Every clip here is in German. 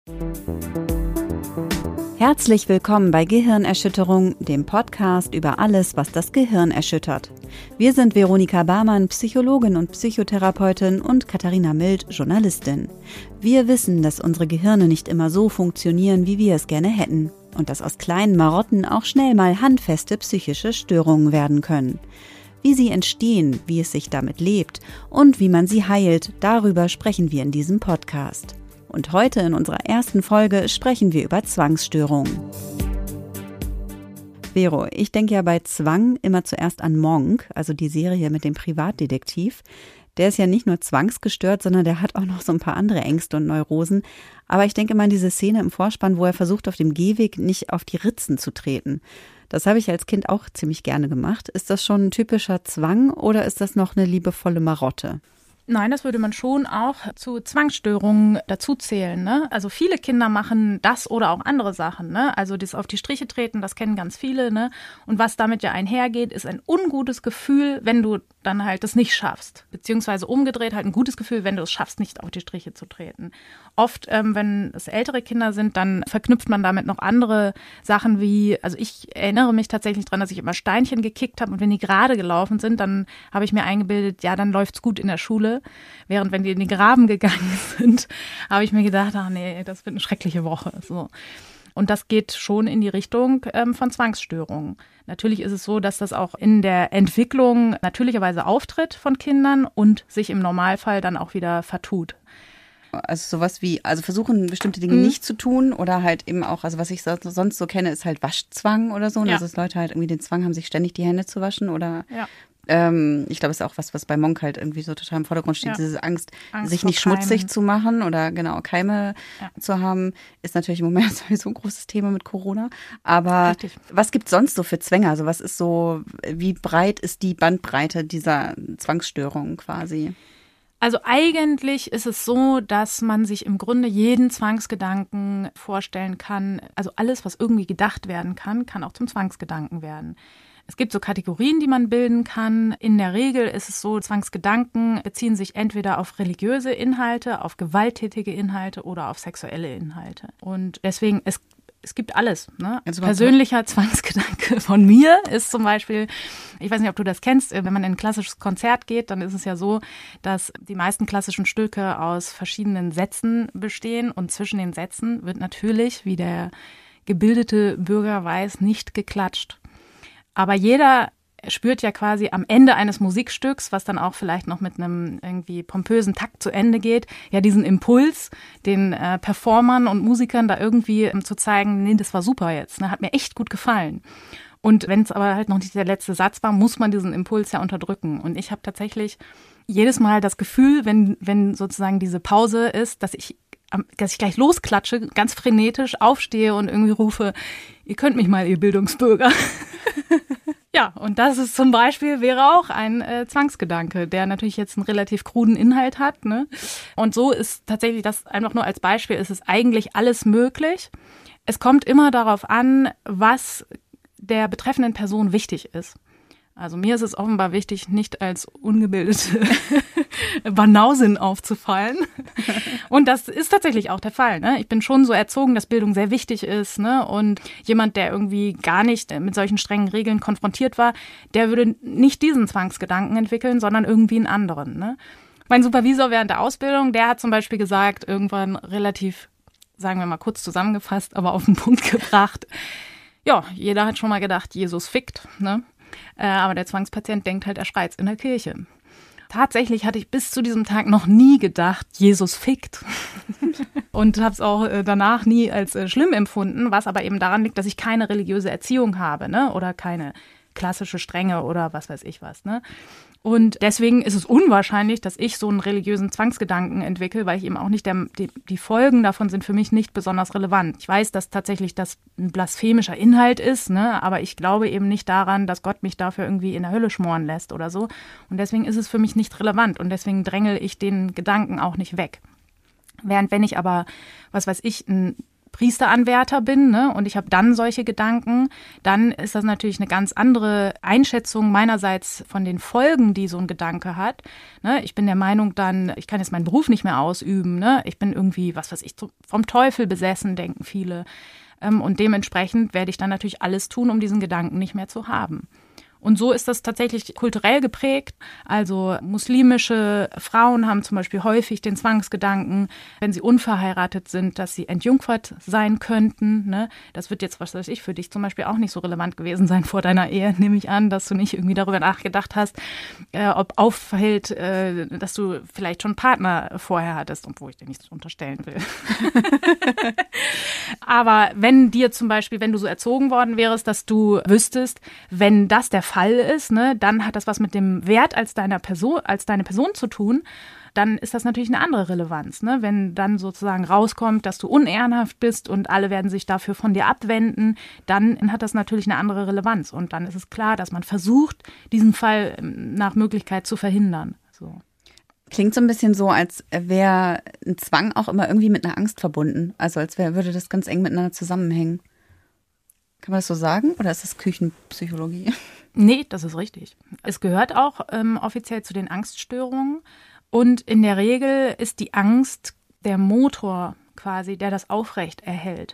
Herzlich willkommen bei Gehirnerschütterung, dem Podcast über alles, was das Gehirn erschüttert. Wir sind Veronika Barmann, Psychologin und Psychotherapeutin, und Katharina Mild, Journalistin. Wir wissen, dass unsere Gehirne nicht immer so funktionieren, wie wir es gerne hätten. Und dass aus kleinen Marotten auch schnell mal handfeste psychische Störungen werden können. Wie sie entstehen, wie es sich damit lebt und wie man sie heilt, darüber sprechen wir in diesem Podcast. Und heute in unserer ersten Folge sprechen wir über Zwangsstörungen. Vero, ich denke ja bei Zwang immer zuerst an Monk, also die Serie mit dem Privatdetektiv. Der ist ja nicht nur zwangsgestört, sondern der hat auch noch so ein paar andere Ängste und Neurosen. Aber ich denke immer an diese Szene im Vorspann, wo er versucht, auf dem Gehweg nicht auf die Ritzen zu treten. Das habe ich als Kind auch ziemlich gerne gemacht. Ist das schon ein typischer Zwang oder ist das noch eine liebevolle Marotte? Nein, das würde man schon auch zu Zwangsstörungen dazu zählen, ne? Also viele Kinder machen das oder auch andere Sachen, ne? Also das auf die Striche treten, das kennen ganz viele, ne? Und was damit ja einhergeht, ist ein ungutes Gefühl, wenn du dann halt das nicht schaffst. Beziehungsweise umgedreht halt ein gutes Gefühl, wenn du es schaffst, nicht auf die Striche zu treten. Oft, wenn es ältere Kinder sind, dann verknüpft man damit noch andere Sachen wie, also ich erinnere mich tatsächlich dran, dass ich immer Steinchen gekickt habe und wenn die gerade gelaufen sind, dann habe ich mir eingebildet, ja, dann läuft's gut in der Schule. Während wenn die in den Graben gegangen sind, habe ich mir gedacht, ach nee, das wird eine schreckliche Woche. So. Und das geht schon in die Richtung von Zwangsstörungen. Natürlich ist es so, dass das auch in der Entwicklung natürlicherweise auftritt von Kindern und sich im Normalfall dann auch wieder vertut. Also sowas wie, also versuchen bestimmte Dinge nicht zu tun oder halt eben auch, also was ich sonst so kenne, ist halt Waschzwang oder so. Ja. Also dass Leute halt irgendwie den Zwang haben, sich ständig die Hände zu waschen oder ich glaube, es ist auch was bei Monk halt irgendwie so total im Vordergrund steht, diese Angst sich nicht schmutzig zu machen oder genau Keime zu haben, ist natürlich im Moment sowieso ein großes Thema mit Corona. Aber richtig. Was gibt es sonst so für Zwänge? Also was ist so, wie breit ist die Bandbreite dieser Zwangsstörungen quasi? Also eigentlich ist es so, dass man sich im Grunde jeden Zwangsgedanken vorstellen kann. Also alles, was irgendwie gedacht werden kann, kann auch zum Zwangsgedanken werden. Es gibt so Kategorien, die man bilden kann. In der Regel ist es so, Zwangsgedanken beziehen sich entweder auf religiöse Inhalte, auf gewalttätige Inhalte oder auf sexuelle Inhalte. Und deswegen, es gibt alles. Ne? Also persönlicher Zwangsgedanke von mir ist zum Beispiel, ich weiß nicht, ob du das kennst, wenn man in ein klassisches Konzert geht, dann ist es ja so, dass die meisten klassischen Stücke aus verschiedenen Sätzen bestehen und zwischen den Sätzen wird natürlich, wie der gebildete Bürger weiß, nicht geklatscht. Aber jeder spürt ja quasi am Ende eines Musikstücks, was dann auch vielleicht noch mit einem irgendwie pompösen Takt zu Ende geht, ja diesen Impuls, den Performern und Musikern da irgendwie zu zeigen, nee, das war super jetzt, ne, hat mir echt gut gefallen. Und wenn es aber halt noch nicht der letzte Satz war, muss man diesen Impuls ja unterdrücken. Und ich habe tatsächlich jedes Mal das Gefühl, wenn sozusagen diese Pause ist, dass ich gleich losklatsche, ganz frenetisch aufstehe und irgendwie rufe, ihr könnt mich mal, ihr Bildungsbürger. Ja, und das ist zum Beispiel, wäre auch ein Zwangsgedanke, der natürlich jetzt einen relativ kruden Inhalt hat, ne? Und so ist tatsächlich das einfach nur als Beispiel, ist es eigentlich alles möglich. Es kommt immer darauf an, was der betreffenden Person wichtig ist. Also mir ist es offenbar wichtig, nicht als ungebildete Banausin aufzufallen. Und das ist tatsächlich auch der Fall. Ne? Ich bin schon so erzogen, dass Bildung sehr wichtig ist. Ne? Und jemand, der irgendwie gar nicht mit solchen strengen Regeln konfrontiert war, der würde nicht diesen Zwangsgedanken entwickeln, sondern irgendwie einen anderen. Ne? Mein Supervisor während der Ausbildung, der hat zum Beispiel gesagt, irgendwann relativ, sagen wir mal kurz zusammengefasst, aber auf den Punkt gebracht, ja, jeder hat schon mal gedacht, Jesus fickt, ne? Aber der Zwangspatient denkt halt, er schreit's in der Kirche. Tatsächlich hatte ich bis zu diesem Tag noch nie gedacht, Jesus fickt. Und habe es auch danach nie als schlimm empfunden, was aber eben daran liegt, dass ich keine religiöse Erziehung habe, ne? Oder keine klassische Strenge oder was weiß ich was, ne? Und deswegen ist es unwahrscheinlich, dass ich so einen religiösen Zwangsgedanken entwickle, weil ich eben auch nicht, die Folgen davon sind für mich nicht besonders relevant. Ich weiß, dass tatsächlich das ein blasphemischer Inhalt ist, ne, aber ich glaube eben nicht daran, dass Gott mich dafür irgendwie in der Hölle schmoren lässt oder so. Und deswegen ist es für mich nicht relevant und deswegen drängel ich den Gedanken auch nicht weg. Während wenn ich aber, was weiß ich, ein Priesteranwärter bin, ne, und ich habe dann solche Gedanken, dann ist das natürlich eine ganz andere Einschätzung meinerseits von den Folgen, die so ein Gedanke hat. Ne, ich bin der Meinung dann, ich kann jetzt meinen Beruf nicht mehr ausüben, ne, ich bin irgendwie, was weiß ich, vom Teufel besessen, denken viele. Und dementsprechend werde ich dann natürlich alles tun, um diesen Gedanken nicht mehr zu haben. Und so ist das tatsächlich kulturell geprägt. Also muslimische Frauen haben zum Beispiel häufig den Zwangsgedanken, wenn sie unverheiratet sind, dass sie entjungfert sein könnten. Ne? Das wird jetzt, was weiß ich, für dich zum Beispiel auch nicht so relevant gewesen sein vor deiner Ehe, nehme ich an, dass du nicht irgendwie darüber nachgedacht hast, ob auffällt, dass du vielleicht schon einen Partner vorher hattest, obwohl ich dir nichts unterstellen will. Aber wenn dir zum Beispiel, wenn du so erzogen worden wärst, dass du wüsstest, wenn das der Fall ist, ne, dann hat das was mit dem Wert als deine Person zu tun, dann ist das natürlich eine andere Relevanz. Ne? Wenn dann sozusagen rauskommt, dass du unehrenhaft bist und alle werden sich dafür von dir abwenden, dann hat das natürlich eine andere Relevanz. Und dann ist es klar, dass man versucht, diesen Fall nach Möglichkeit zu verhindern. So. Klingt so ein bisschen so, als wäre ein Zwang auch immer irgendwie mit einer Angst verbunden. Also als würde das ganz eng miteinander zusammenhängen. Kann man das so sagen? Oder ist das Küchenpsychologie? Nee, das ist richtig. Es gehört auch offiziell zu den Angststörungen. Und in der Regel ist die Angst der Motor quasi, der das aufrecht erhält.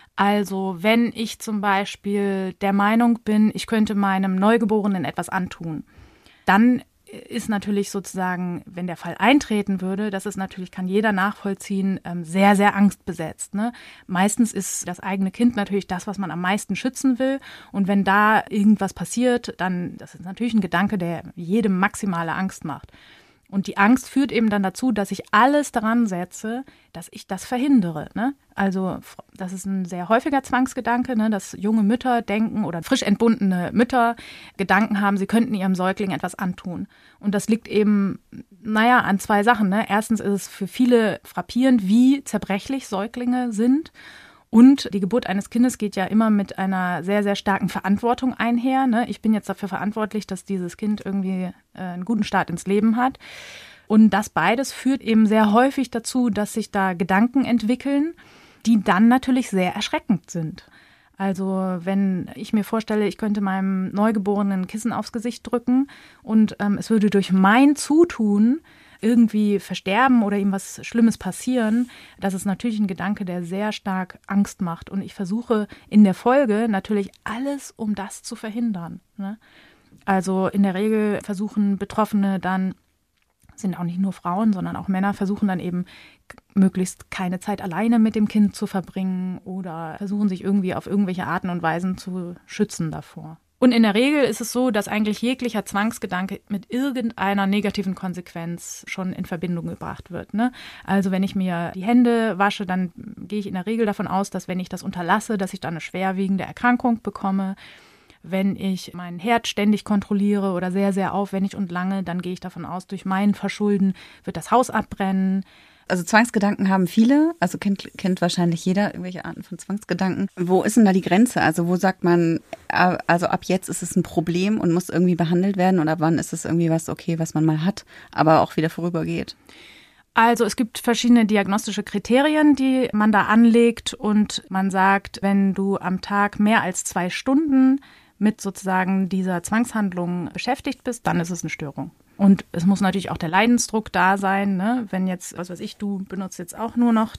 Also wenn ich zum Beispiel der Meinung bin, ich könnte meinem Neugeborenen etwas antun, dann ist natürlich sozusagen, wenn der Fall eintreten würde, das ist natürlich, kann jeder nachvollziehen, sehr, sehr angstbesetzt. Ne? Meistens ist das eigene Kind natürlich das, was man am meisten schützen will. Und wenn da irgendwas passiert, dann, das ist natürlich ein Gedanke, der jedem maximale Angst macht. Und die Angst führt eben dann dazu, dass ich alles daran setze, dass ich das verhindere. Ne? Also das ist ein sehr häufiger Zwangsgedanke, ne? Dass junge Mütter denken oder frisch entbundene Mütter Gedanken haben, sie könnten ihrem Säugling etwas antun. Und das liegt eben, an zwei Sachen. Ne? Erstens ist es für viele frappierend, wie zerbrechlich Säuglinge sind. Und die Geburt eines Kindes geht ja immer mit einer sehr, sehr starken Verantwortung einher. Ne? Ich bin jetzt dafür verantwortlich, dass dieses Kind irgendwie einen guten Start ins Leben hat. Und das beides führt eben sehr häufig dazu, dass sich da Gedanken entwickeln, die dann natürlich sehr erschreckend sind. Also wenn ich mir vorstelle, ich könnte meinem Neugeborenen ein Kissen aufs Gesicht drücken und es würde durch mein Zutun irgendwie versterben oder ihm was Schlimmes passieren, das ist natürlich ein Gedanke, der sehr stark Angst macht. Und ich versuche in der Folge natürlich alles, um das zu verhindern. Ne? Also in der Regel versuchen Betroffene dann, sind auch nicht nur Frauen, sondern auch Männer, versuchen dann eben möglichst keine Zeit alleine mit dem Kind zu verbringen oder versuchen sich irgendwie auf irgendwelche Arten und Weisen zu schützen davor. Und in der Regel ist es so, dass eigentlich jeglicher Zwangsgedanke mit irgendeiner negativen Konsequenz schon in Verbindung gebracht wird. Ne? Also wenn ich mir die Hände wasche, dann gehe ich in der Regel davon aus, dass wenn ich das unterlasse, dass ich dann eine schwerwiegende Erkrankung bekomme. Wenn ich meinen Herd ständig kontrolliere oder sehr, sehr aufwendig und lange, dann gehe ich davon aus, durch mein Verschulden wird das Haus abbrennen. Also Zwangsgedanken haben viele, also kennt wahrscheinlich jeder irgendwelche Arten von Zwangsgedanken. Wo ist denn da die Grenze? Also wo sagt man, also ab jetzt ist es ein Problem und muss irgendwie behandelt werden und ab wann ist es irgendwie was okay, was man mal hat, aber auch wieder vorübergeht? Also es gibt verschiedene diagnostische Kriterien, die man da anlegt und man sagt, wenn du am Tag mehr als 2 Stunden mit sozusagen dieser Zwangshandlung beschäftigt bist, dann ist es eine Störung. Und es muss natürlich auch der Leidensdruck da sein, ne? Wenn jetzt, was weiß ich, du benutzt jetzt auch nur noch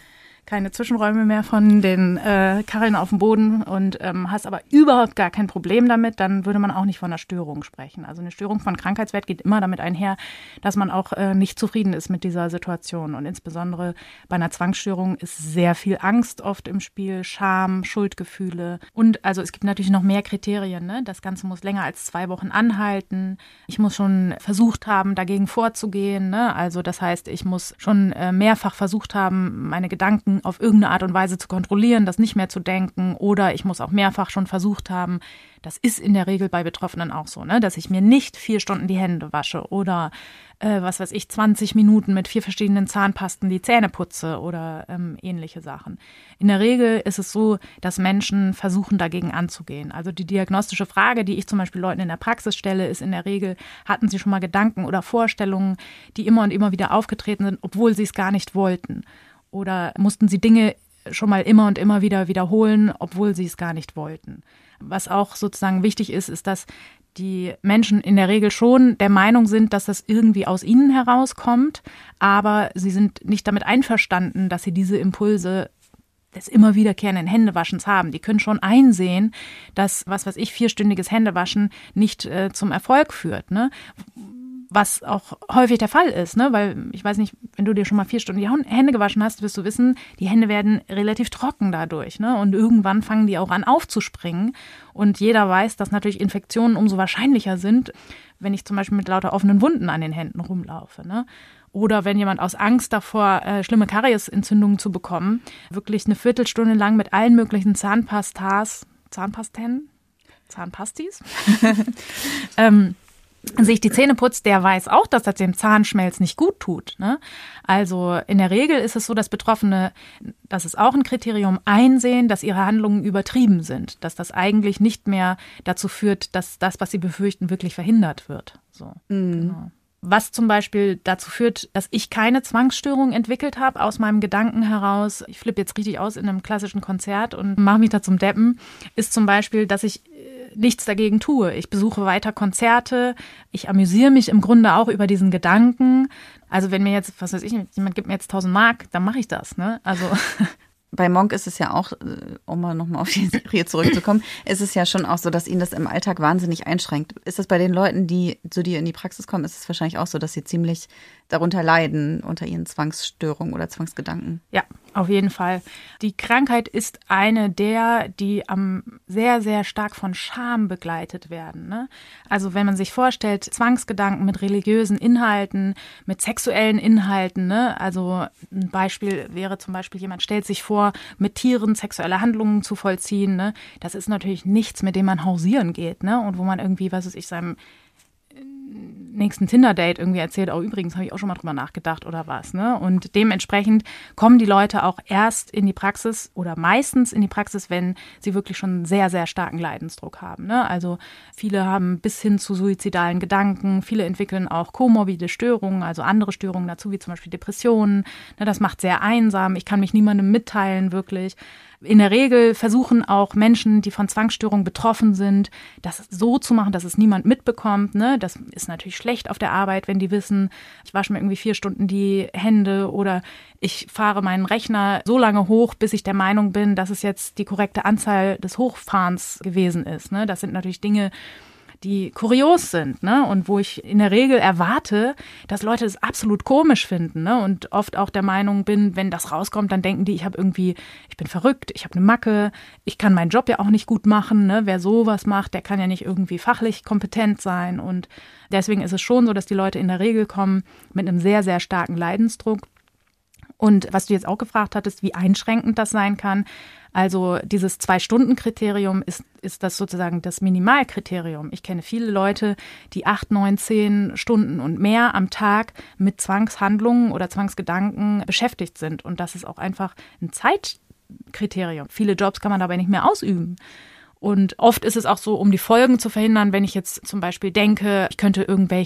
keine Zwischenräume mehr von den Kacheln auf dem Boden und hast aber überhaupt gar kein Problem damit, dann würde man auch nicht von einer Störung sprechen. Also eine Störung von Krankheitswert geht immer damit einher, dass man auch nicht zufrieden ist mit dieser Situation. Und insbesondere bei einer Zwangsstörung ist sehr viel Angst oft im Spiel, Scham, Schuldgefühle. Und also es gibt natürlich noch mehr Kriterien. Ne? Das Ganze muss länger als 2 Wochen anhalten. Ich muss schon versucht haben, dagegen vorzugehen. Ne? Also das heißt, ich muss schon mehrfach versucht haben, meine Gedanken auf irgendeine Art und Weise zu kontrollieren, das nicht mehr zu denken, oder ich muss auch mehrfach schon versucht haben, das ist in der Regel bei Betroffenen auch so, ne, dass ich mir nicht 4 Stunden die Hände wasche oder 20 Minuten mit 4 verschiedenen Zahnpasten die Zähne putze oder ähnliche Sachen. In der Regel ist es so, dass Menschen versuchen, dagegen anzugehen. Also die diagnostische Frage, die ich zum Beispiel Leuten in der Praxis stelle, ist in der Regel, hatten sie schon mal Gedanken oder Vorstellungen, die immer und immer wieder aufgetreten sind, obwohl sie es gar nicht wollten? Oder mussten sie Dinge schon mal immer und immer wieder wiederholen, obwohl sie es gar nicht wollten. Was auch sozusagen wichtig ist, ist, dass die Menschen in der Regel schon der Meinung sind, dass das irgendwie aus ihnen herauskommt, aber sie sind nicht damit einverstanden, dass sie diese Impulse des immer wiederkehrenden Händewaschens haben. Die können schon einsehen, dass, 4-stündiges Händewaschen nicht zum Erfolg führt, ne? Was auch häufig der Fall ist, ne? Weil ich weiß nicht, wenn du dir schon mal 4 Stunden die Hände gewaschen hast, wirst du wissen, die Hände werden relativ trocken dadurch, ne? Und irgendwann fangen die auch an aufzuspringen. Und jeder weiß, dass natürlich Infektionen umso wahrscheinlicher sind, wenn ich zum Beispiel mit lauter offenen Wunden an den Händen rumlaufe, ne? Oder wenn jemand aus Angst davor, schlimme Kariesentzündungen zu bekommen, wirklich eine Viertelstunde lang mit allen möglichen Zahnpastis, sich die Zähne putzt, der weiß auch, dass das dem Zahnschmelz nicht gut tut, ne? Also in der Regel ist es so, dass Betroffene, das ist auch ein Kriterium, einsehen, dass ihre Handlungen übertrieben sind, dass das eigentlich nicht mehr dazu führt, dass das, was sie befürchten, wirklich verhindert wird. So, genau. Was zum Beispiel dazu führt, dass ich keine Zwangsstörung entwickelt habe aus meinem Gedanken heraus, ich flippe jetzt richtig aus in einem klassischen Konzert und mache mich da zum Deppen, ist zum Beispiel, dass ich nichts dagegen tue. Ich besuche weiter Konzerte, ich amüsiere mich im Grunde auch über diesen Gedanken. Also wenn mir jetzt, was weiß ich, jemand gibt mir jetzt 1.000 Mark, dann mache ich das, ne? Also bei Monk ist es ja auch, um mal nochmal auf die Serie zurückzukommen, ist es ja schon auch so, dass ihn das im Alltag wahnsinnig einschränkt. Ist das bei den Leuten, die zu dir in die Praxis kommen, ist es wahrscheinlich auch so, dass sie ziemlich darunter leiden, unter ihren Zwangsstörungen oder Zwangsgedanken? Ja, auf jeden Fall. Die Krankheit ist eine der, die sehr, sehr stark von Scham begleitet werden, ne? Also wenn man sich vorstellt, Zwangsgedanken mit religiösen Inhalten, mit sexuellen Inhalten, ne? Also ein Beispiel wäre zum Beispiel, jemand stellt sich vor, mit Tieren sexuelle Handlungen zu vollziehen, ne? Das ist natürlich nichts, mit dem man hausieren geht, ne? Und wo man irgendwie, was weiß ich, seinem nächsten Tinder-Date irgendwie erzählt, oh, übrigens habe ich auch schon mal drüber nachgedacht oder was, ne? Und dementsprechend kommen die Leute auch erst in die Praxis oder meistens in die Praxis, wenn sie wirklich schon einen sehr, sehr starken Leidensdruck haben, ne? Also viele haben bis hin zu suizidalen Gedanken, viele entwickeln auch komorbide Störungen, also andere Störungen dazu, wie zum Beispiel Depressionen, ne? Das macht sehr einsam, ich kann mich niemandem mitteilen, wirklich. In der Regel versuchen auch Menschen, die von Zwangsstörungen betroffen sind, das so zu machen, dass es niemand mitbekommt, ne? Das ist natürlich schlecht auf der Arbeit, wenn die wissen, ich wasche mir irgendwie 4 Stunden die Hände oder ich fahre meinen Rechner so lange hoch, bis ich der Meinung bin, dass es jetzt die korrekte Anzahl des Hochfahrens gewesen ist, ne? Das sind natürlich Dinge, die kurios sind, ne? Und wo ich in der Regel erwarte, dass Leute das absolut komisch finden, ne? Und oft auch der Meinung bin, wenn das rauskommt, dann denken die, ich bin verrückt, ich habe eine Macke, ich kann meinen Job ja auch nicht gut machen, ne? Wer sowas macht, der kann ja nicht irgendwie fachlich kompetent sein. Und deswegen ist es schon so, dass die Leute in der Regel kommen mit einem sehr, sehr starken Leidensdruck. Und was du jetzt auch gefragt hattest, wie einschränkend das sein kann. Also dieses 2-Stunden-Kriterium ist das sozusagen das Minimalkriterium. Ich kenne viele Leute, die 8, 9, 10 Stunden und mehr am Tag mit Zwangshandlungen oder Zwangsgedanken beschäftigt sind. Und das ist auch einfach ein Zeitkriterium. Viele Jobs kann man dabei nicht mehr ausüben. Und oft ist es auch so, um die Folgen zu verhindern, wenn ich jetzt zum Beispiel denke, ich könnte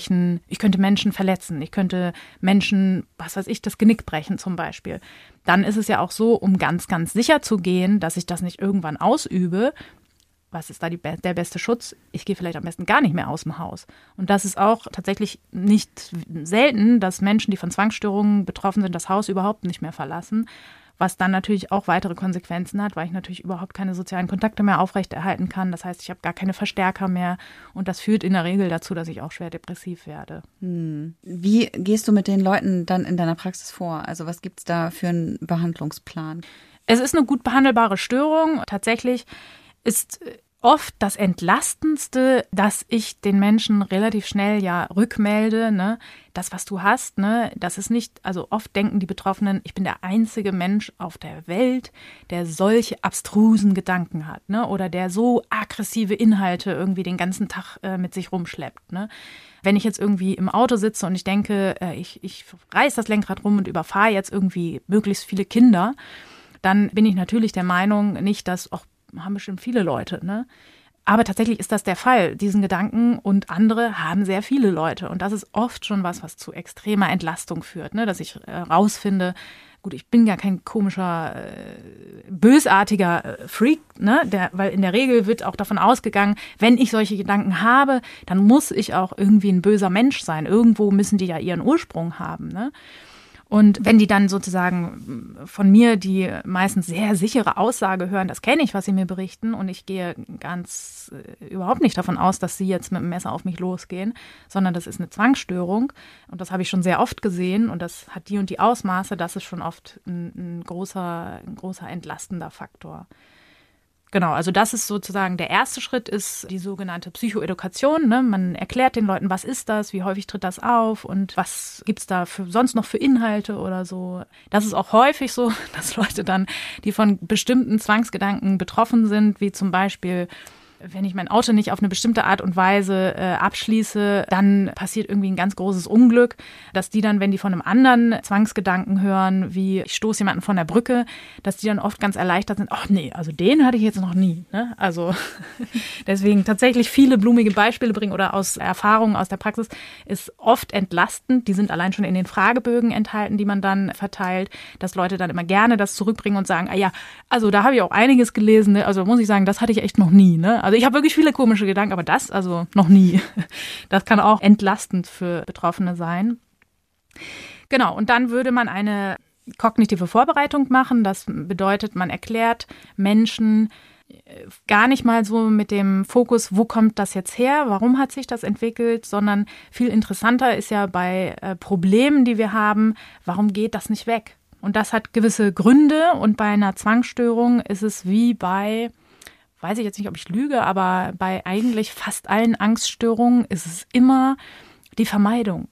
Menschen verletzen, ich könnte Menschen, was weiß ich, das Genick brechen zum Beispiel. Dann ist es ja auch so, um ganz, ganz sicher zu gehen, dass ich das nicht irgendwann ausübe. Was ist da der beste Schutz? Ich gehe vielleicht am besten gar nicht mehr aus dem Haus. Und das ist auch tatsächlich nicht selten, dass Menschen, die von Zwangsstörungen betroffen sind, das Haus überhaupt nicht mehr verlassen. Was dann natürlich auch weitere Konsequenzen hat, weil ich natürlich überhaupt keine sozialen Kontakte mehr aufrechterhalten kann. Das heißt, ich habe gar keine Verstärker mehr. Und das führt in der Regel dazu, dass ich auch schwer depressiv werde. Wie gehst du mit den Leuten dann in deiner Praxis vor? Also was gibt es da für einen Behandlungsplan? Es ist eine gut behandelbare Störung. Tatsächlich ist oft das Entlastendste, dass ich den Menschen relativ schnell ja rückmelde, ne, das, was du hast, ne, das ist nicht, also oft denken die Betroffenen, ich bin der einzige Mensch auf der Welt, der solche abstrusen Gedanken hat, ne, oder der so aggressive Inhalte irgendwie den ganzen Tag mit sich rumschleppt, ne. Wenn ich jetzt irgendwie im Auto sitze und ich denke, ich reiß das Lenkrad rum und überfahre jetzt irgendwie möglichst viele Kinder, dann bin ich natürlich der Meinung, nicht, dass auch haben bestimmt viele Leute, ne? Aber tatsächlich ist das der Fall, diesen Gedanken, und andere haben sehr viele Leute. Und das ist oft schon was zu extremer Entlastung führt, ne? Dass ich rausfinde, gut, ich bin gar kein komischer bösartiger Freak, ne? Weil in der Regel wird auch davon ausgegangen, wenn ich solche Gedanken habe, dann muss ich auch irgendwie ein böser Mensch sein. Irgendwo müssen die ja ihren Ursprung haben, ne? Und wenn die dann sozusagen von mir die meistens sehr sichere Aussage hören, das kenne ich, was sie mir berichten, und ich gehe ganz überhaupt nicht davon aus, dass sie jetzt mit dem Messer auf mich losgehen, sondern das ist eine Zwangsstörung, und das habe ich schon sehr oft gesehen, und das hat die und die Ausmaße, das ist schon oft ein großer entlastender Faktor. Genau, also das ist sozusagen der erste Schritt, ist die sogenannte Psychoedukation. Ne? Man erklärt den Leuten, was ist das, wie häufig tritt das auf und was gibt's da sonst noch für Inhalte oder so. Das ist auch häufig so, dass Leute dann, die von bestimmten Zwangsgedanken betroffen sind, wie zum Beispiel, wenn ich mein Auto nicht auf eine bestimmte Art und Weise abschließe, dann passiert irgendwie ein ganz großes Unglück, dass die dann, wenn die von einem anderen Zwangsgedanken hören, wie ich stoße jemanden von der Brücke, dass die dann oft ganz erleichtert sind, ach nee, also den hatte ich jetzt noch nie. Ne? Also deswegen tatsächlich viele blumige Beispiele bringen oder aus Erfahrungen aus der Praxis ist oft entlastend. Die sind allein schon in den Fragebögen enthalten, die man dann verteilt, dass Leute dann immer gerne das zurückbringen und sagen, ah ja, also da habe ich auch einiges gelesen, ne? Also muss ich sagen, das hatte ich echt noch nie, ne? Also ich habe wirklich viele komische Gedanken, aber das also noch nie. Das kann auch entlastend für Betroffene sein. Genau, und dann würde man eine kognitive Vorbereitung machen. Das bedeutet, man erklärt Menschen gar nicht mal so mit dem Fokus, wo kommt das jetzt her, warum hat sich das entwickelt, sondern viel interessanter ist ja bei Problemen, die wir haben, warum geht das nicht weg? Und das hat gewisse Gründe, und bei einer Zwangsstörung ist es wie bei, weiß ich jetzt nicht, ob ich lüge, aber bei eigentlich fast allen Angststörungen ist es immer die Vermeidung.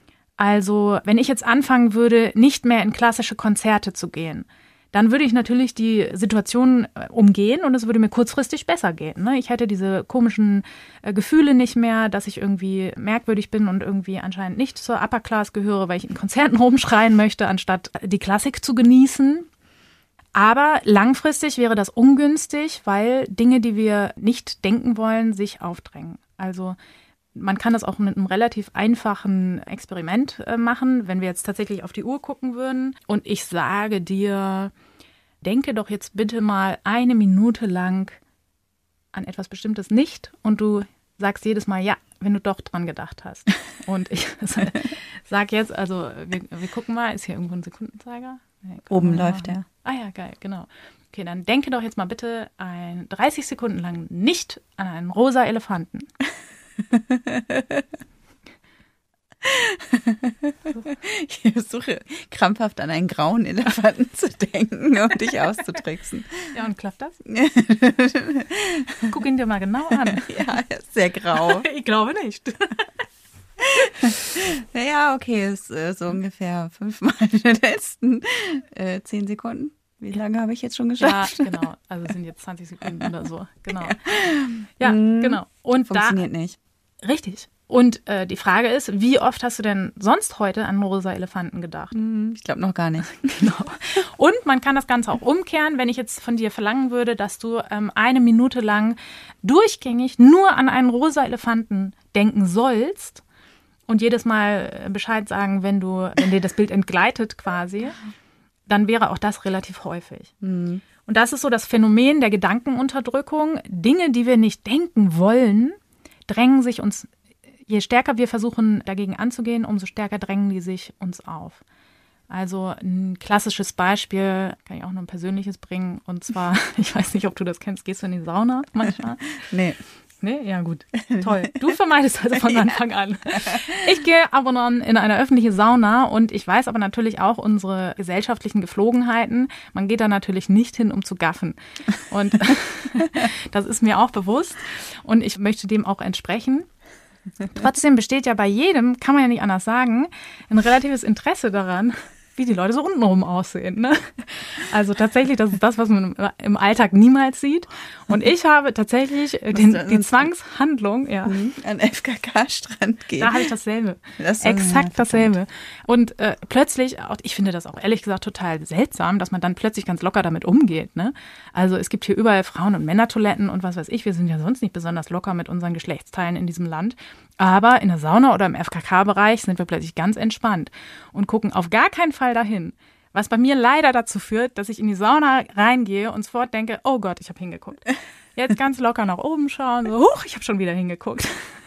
Also wenn ich jetzt anfangen würde, nicht mehr in klassische Konzerte zu gehen, dann würde ich natürlich die Situation umgehen und es würde mir kurzfristig besser gehen. Ne? Ich hätte diese komischen Gefühle nicht mehr, dass ich irgendwie merkwürdig bin und irgendwie anscheinend nicht zur Upper Class gehöre, weil ich in Konzerten rumschreien möchte, anstatt die Klassik zu genießen. Aber langfristig wäre das ungünstig, weil Dinge, die wir nicht denken wollen, sich aufdrängen. Also man kann das auch mit einem relativ einfachen Experiment machen, wenn wir jetzt tatsächlich auf die Uhr gucken würden. Und ich sage dir, denke doch jetzt bitte mal 1 Minute lang an etwas Bestimmtes nicht. Und du sagst jedes Mal ja, wenn du doch dran gedacht hast. Und ich sage jetzt, also wir gucken mal, ist hier irgendwo ein Sekundenzeiger? Nee, oben läuft der. Ah ja, geil, genau. Okay, dann denke doch jetzt mal bitte 30 Sekunden lang nicht an einen rosa Elefanten. Ich versuche krampfhaft an einen grauen Elefanten zu denken, um dich auszutricksen. Ja, und klappt das? Guck ihn dir mal genau an. Ja, er ist sehr grau. Ich glaube nicht. Naja, okay, ist so ungefähr 5-mal in den letzten 10 Sekunden. Wie lange habe ich jetzt schon geschafft? Ja, genau. Also sind jetzt 20 Sekunden oder so. Genau. Ja, genau. Und funktioniert nicht. Richtig. Und die Frage ist, wie oft hast du denn sonst heute an rosa Elefanten gedacht? Ich glaube noch gar nicht. Genau. Und man kann das Ganze auch umkehren, wenn ich jetzt von dir verlangen würde, dass du 1 Minute lang durchgängig nur an einen rosa Elefanten denken sollst und jedes Mal Bescheid sagen, wenn dir das Bild entgleitet quasi, dann wäre auch das relativ häufig. Und das ist so das Phänomen der Gedankenunterdrückung. Dinge, die wir nicht denken wollen, drängen sich uns, je stärker wir versuchen, dagegen anzugehen, umso stärker drängen die sich uns auf. Also ein klassisches Beispiel, kann ich auch noch ein persönliches bringen, und zwar, ich weiß nicht, ob du das kennst, gehst du in die Sauna manchmal? Nee. Nee? Ja, gut. Toll. Du vermeidest also von Anfang an. Ich gehe aber dann in eine öffentliche Sauna und ich weiß aber natürlich auch unsere gesellschaftlichen Geflogenheiten. Man geht da natürlich nicht hin, um zu gaffen. Und das ist mir auch bewusst und ich möchte dem auch entsprechen. Trotzdem besteht ja bei jedem, kann man ja nicht anders sagen, ein relatives Interesse daran, wie die Leute so untenrum aussehen. Ne? Also tatsächlich, das ist das, was man im Alltag niemals sieht. Und ich habe tatsächlich die Zwangshandlung, ja. An FKK-Strand gehen. Da habe ich dasselbe. Exakt dasselbe. Und plötzlich, ich finde das auch ehrlich gesagt total seltsam, dass man dann plötzlich ganz locker damit umgeht. Ne? Also es gibt hier überall Frauen- und Männertoiletten und was weiß ich. Wir sind ja sonst nicht besonders locker mit unseren Geschlechtsteilen in diesem Land. Aber in der Sauna oder im FKK-Bereich sind wir plötzlich ganz entspannt und gucken auf gar keinen Fall dahin, Was bei mir leider dazu führt, dass ich in die Sauna reingehe und sofort denke, oh Gott, ich habe hingeguckt. Jetzt ganz locker nach oben schauen, so, huch, ich habe schon wieder hingeguckt.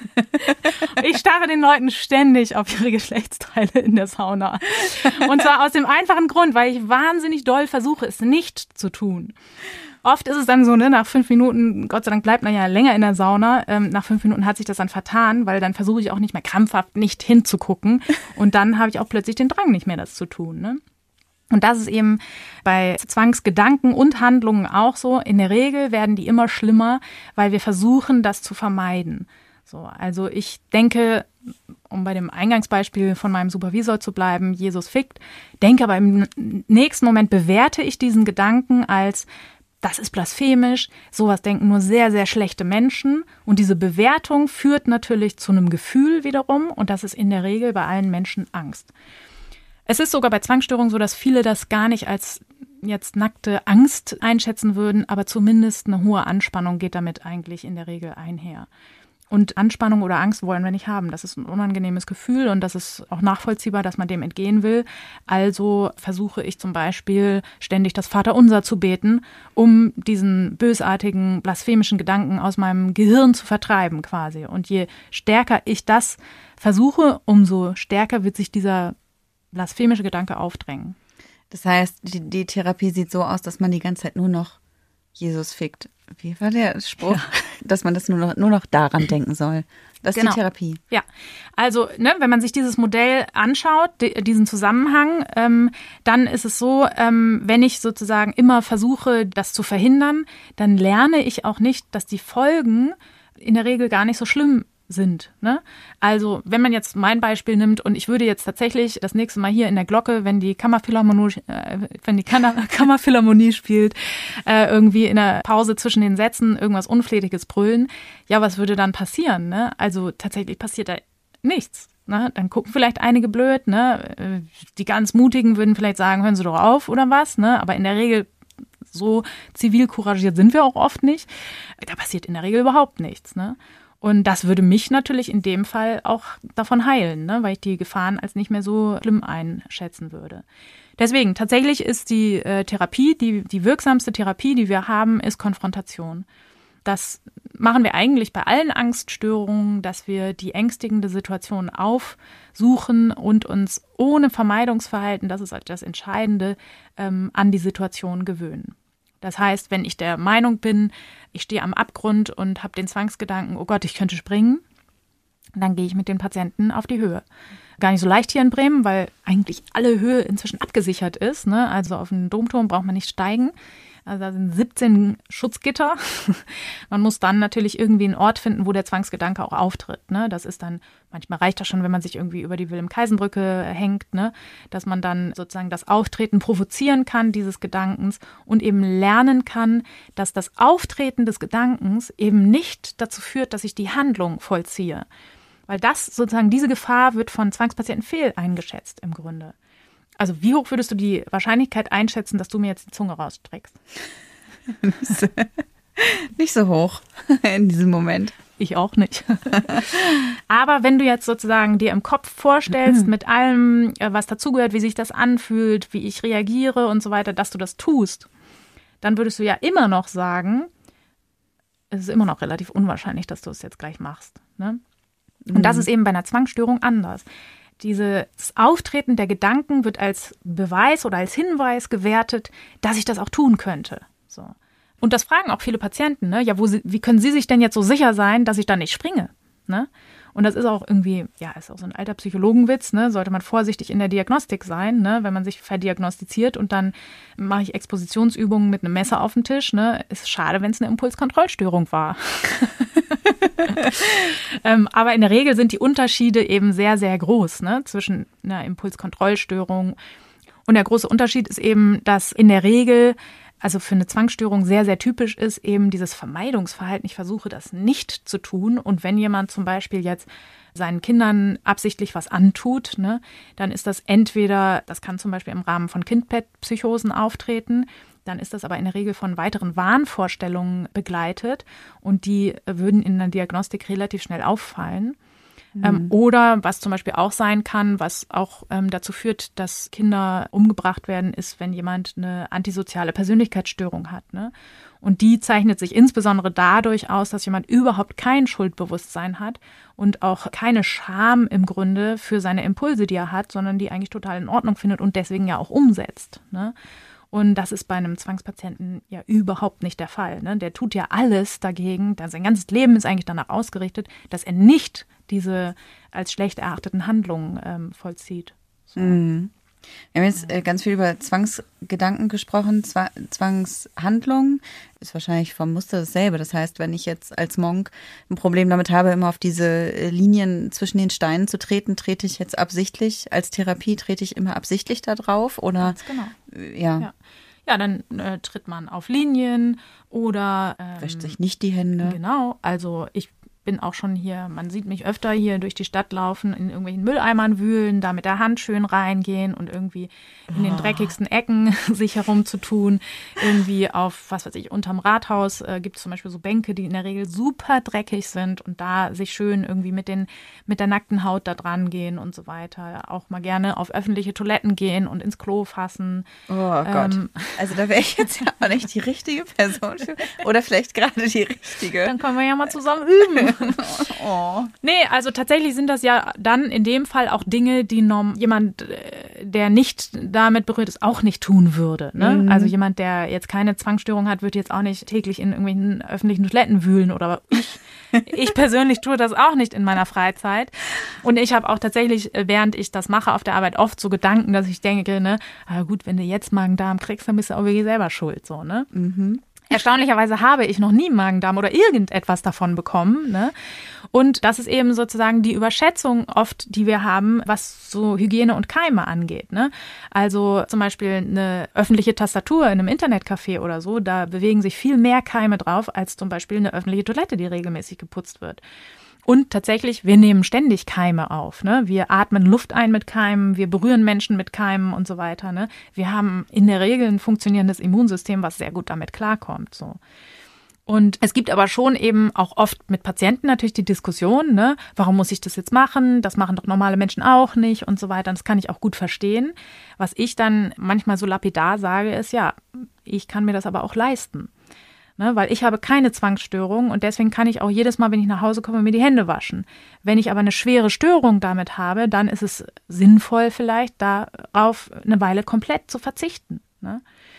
Ich starre den Leuten ständig auf ihre Geschlechtsteile in der Sauna. Und zwar aus dem einfachen Grund, weil ich wahnsinnig doll versuche, es nicht zu tun. Oft ist es dann so, ne, nach 5 Minuten, Gott sei Dank bleibt man ja länger in der Sauna, nach 5 Minuten hat sich das dann vertan, weil dann versuche ich auch nicht mehr krampfhaft nicht hinzugucken und dann habe ich auch plötzlich den Drang nicht mehr, das zu tun, ne? Und das ist eben bei Zwangsgedanken und Handlungen auch so. In der Regel werden die immer schlimmer, weil wir versuchen, das zu vermeiden. So, also ich denke, um bei dem Eingangsbeispiel von meinem Supervisor zu bleiben, Jesus fickt, denke aber im nächsten Moment bewerte ich diesen Gedanken als, das ist blasphemisch, sowas denken nur sehr, sehr schlechte Menschen. Und diese Bewertung führt natürlich zu einem Gefühl wiederum und das ist in der Regel bei allen Menschen Angst. Es ist sogar bei Zwangsstörungen so, dass viele das gar nicht als jetzt nackte Angst einschätzen würden, aber zumindest eine hohe Anspannung geht damit eigentlich in der Regel einher. Und Anspannung oder Angst wollen wir nicht haben. Das ist ein unangenehmes Gefühl und das ist auch nachvollziehbar, dass man dem entgehen will. Also versuche ich zum Beispiel ständig das Vaterunser zu beten, um diesen bösartigen, blasphemischen Gedanken aus meinem Gehirn zu vertreiben quasi. Und je stärker ich das versuche, umso stärker wird sich dieser blasphemische Gedanke aufdrängen. Das heißt, die Therapie sieht so aus, dass man die ganze Zeit nur noch Jesus fickt. Wie war der Spruch? Ja. Dass man das nur noch daran denken soll. Das ist genau die Therapie. Ja, also wenn man sich dieses Modell anschaut, diesen Zusammenhang, dann ist es so, wenn ich sozusagen immer versuche, das zu verhindern, dann lerne ich auch nicht, dass die Folgen in der Regel gar nicht so schlimm sind. Ne? Also wenn man jetzt mein Beispiel nimmt und ich würde jetzt tatsächlich das nächste Mal hier in der Glocke, wenn die Kammerphilharmonie spielt, irgendwie in der Pause zwischen den Sätzen irgendwas Unflätiges brüllen, ja, was würde dann passieren? Ne? Also tatsächlich passiert da nichts. Ne? Dann gucken vielleicht einige blöd, ne? Die ganz Mutigen würden vielleicht sagen, hören Sie doch auf oder was, ne? Aber in der Regel so zivilcouragiert sind wir auch oft nicht. Da passiert in der Regel überhaupt nichts, ne? Und das würde mich natürlich in dem Fall auch davon heilen, ne, weil ich die Gefahren als nicht mehr so schlimm einschätzen würde. Deswegen, tatsächlich ist die Therapie, die wirksamste Therapie, die wir haben, ist Konfrontation. Das machen wir eigentlich bei allen Angststörungen, dass wir die ängstigende Situation aufsuchen und uns ohne Vermeidungsverhalten, das ist halt das Entscheidende, an die Situation gewöhnen. Das heißt, wenn ich der Meinung bin, ich stehe am Abgrund und habe den Zwangsgedanken, oh Gott, ich könnte springen, dann gehe ich mit den Patienten auf die Höhe. Gar nicht so leicht hier in Bremen, weil eigentlich alle Höhe inzwischen abgesichert ist, ne? Also auf den Domturm braucht man nicht steigen. Also da sind 17 Schutzgitter. Man muss dann natürlich irgendwie einen Ort finden, wo der Zwangsgedanke auch auftritt. Ne? Das ist dann, manchmal reicht das schon, wenn man sich irgendwie über die Wilhelm-Kaisen-Brücke hängt, ne? Dass man dann sozusagen das Auftreten provozieren kann, dieses Gedankens, und eben lernen kann, dass das Auftreten des Gedankens eben nicht dazu führt, dass ich die Handlung vollziehe. Weil das sozusagen, diese Gefahr wird von Zwangspatienten fehl eingeschätzt im Grunde. Also wie hoch würdest du die Wahrscheinlichkeit einschätzen, dass du mir jetzt die Zunge rausstreckst? Nicht so hoch in diesem Moment. Ich auch nicht. Aber wenn du jetzt sozusagen dir im Kopf vorstellst, mit allem, was dazugehört, wie sich das anfühlt, wie ich reagiere und so weiter, dass du das tust, dann würdest du ja immer noch sagen, es ist immer noch relativ unwahrscheinlich, dass du es jetzt gleich machst. Ne? Und das ist eben bei einer Zwangsstörung anders. Dieses Auftreten der Gedanken wird als Beweis oder als Hinweis gewertet, dass ich das auch tun könnte. So. Und das fragen auch viele Patienten, ne? Ja, wie können Sie sich denn jetzt so sicher sein, dass ich da nicht springe? Ne? Und das ist auch irgendwie, ja, ist auch so ein alter Psychologenwitz, ne? Sollte man vorsichtig in der Diagnostik sein, ne? Wenn man sich verdiagnostiziert und dann mache ich Expositionsübungen mit einem Messer auf dem Tisch, ne? Ist schade, wenn es eine Impulskontrollstörung war. Aber in der Regel sind die Unterschiede eben sehr, sehr groß, ne? Zwischen einer Impulskontrollstörung. Und der große Unterschied ist eben, dass in der Regel, also für eine Zwangsstörung sehr, sehr typisch ist, eben dieses Vermeidungsverhalten. Ich versuche das nicht zu tun. Und wenn jemand zum Beispiel jetzt seinen Kindern absichtlich was antut, ne, dann ist das entweder, das kann zum Beispiel im Rahmen von Kindbettpsychosen auftreten, dann ist das aber in der Regel von weiteren Wahnvorstellungen begleitet und die würden in der Diagnostik relativ schnell auffallen. Oder was zum Beispiel auch sein kann, was auch dazu führt, dass Kinder umgebracht werden, ist, wenn jemand eine antisoziale Persönlichkeitsstörung hat. Ne? Und die zeichnet sich insbesondere dadurch aus, dass jemand überhaupt kein Schuldbewusstsein hat und auch keine Scham im Grunde für seine Impulse, die er hat, sondern die eigentlich total in Ordnung findet und deswegen ja auch umsetzt. Ne? Und das ist bei einem Zwangspatienten ja überhaupt nicht der Fall. Ne? Der tut ja alles dagegen, sein ganzes Leben ist eigentlich danach ausgerichtet, dass er nicht diese als schlecht erachteten Handlungen vollzieht. So. Wir haben jetzt ganz viel über Zwangsgedanken gesprochen. Zwangshandlung ist wahrscheinlich vom Muster dasselbe. Das heißt, wenn ich jetzt als Monk ein Problem damit habe, immer auf diese Linien zwischen den Steinen zu treten, trete ich jetzt absichtlich, als Therapie trete ich immer absichtlich da drauf? Oder? Ganz genau. Ja. Ja, dann tritt man auf Linien oder wäscht sich nicht die Hände. Genau, also ich bin auch schon hier, man sieht mich öfter hier durch die Stadt laufen, in irgendwelchen Mülleimern wühlen, da mit der Hand schön reingehen und irgendwie in den dreckigsten Ecken sich herumzutun. Irgendwie auf, was weiß ich, unterm Rathaus gibt es zum Beispiel so Bänke, die in der Regel super dreckig sind und da sich schön irgendwie mit der nackten Haut da dran gehen und so weiter. Auch mal gerne auf öffentliche Toiletten gehen und ins Klo fassen. Oh Gott. Also da wäre ich jetzt ja auch nicht die richtige Person für. Oder vielleicht gerade die richtige. Dann können wir ja mal zusammen üben. Oh. Nee, also tatsächlich sind das ja dann in dem Fall auch Dinge, die jemand, der nicht damit berührt ist, auch nicht tun würde. Ne? Also jemand, der jetzt keine Zwangsstörung hat, wird jetzt auch nicht täglich in irgendwelchen öffentlichen Toiletten wühlen oder ich persönlich tue das auch nicht in meiner Freizeit. Und ich habe auch tatsächlich, während ich das mache auf der Arbeit, oft so Gedanken, dass ich denke, ne, gut, wenn du jetzt Magen-Darm kriegst, dann bist du auch wirklich selber schuld, so, ne? Erstaunlicherweise habe ich noch nie Magen-Darm oder irgendetwas davon bekommen. Ne? Und das ist eben sozusagen die Überschätzung oft, die wir haben, was so Hygiene und Keime angeht. Ne? Also zum Beispiel eine öffentliche Tastatur in einem Internetcafé oder so, da bewegen sich viel mehr Keime drauf als zum Beispiel eine öffentliche Toilette, die regelmäßig geputzt wird. Und tatsächlich, wir nehmen ständig Keime auf. Ne? Wir atmen Luft ein mit Keimen, wir berühren Menschen mit Keimen und so weiter. Ne? Wir haben in der Regel ein funktionierendes Immunsystem, was sehr gut damit klarkommt. So. Und es gibt aber schon eben auch oft mit Patienten natürlich die Diskussion, ne? Warum muss ich das jetzt machen? Das machen doch normale Menschen auch nicht und so weiter. Und das kann ich auch gut verstehen. Was ich dann manchmal so lapidar sage, ist, ja, ich kann mir das aber auch leisten. Ne, weil ich habe keine Zwangsstörung und deswegen kann ich auch jedes Mal, wenn ich nach Hause komme, mir die Hände waschen. Wenn ich aber eine schwere Störung damit habe, dann ist es sinnvoll vielleicht, darauf eine Weile komplett zu verzichten. Ne?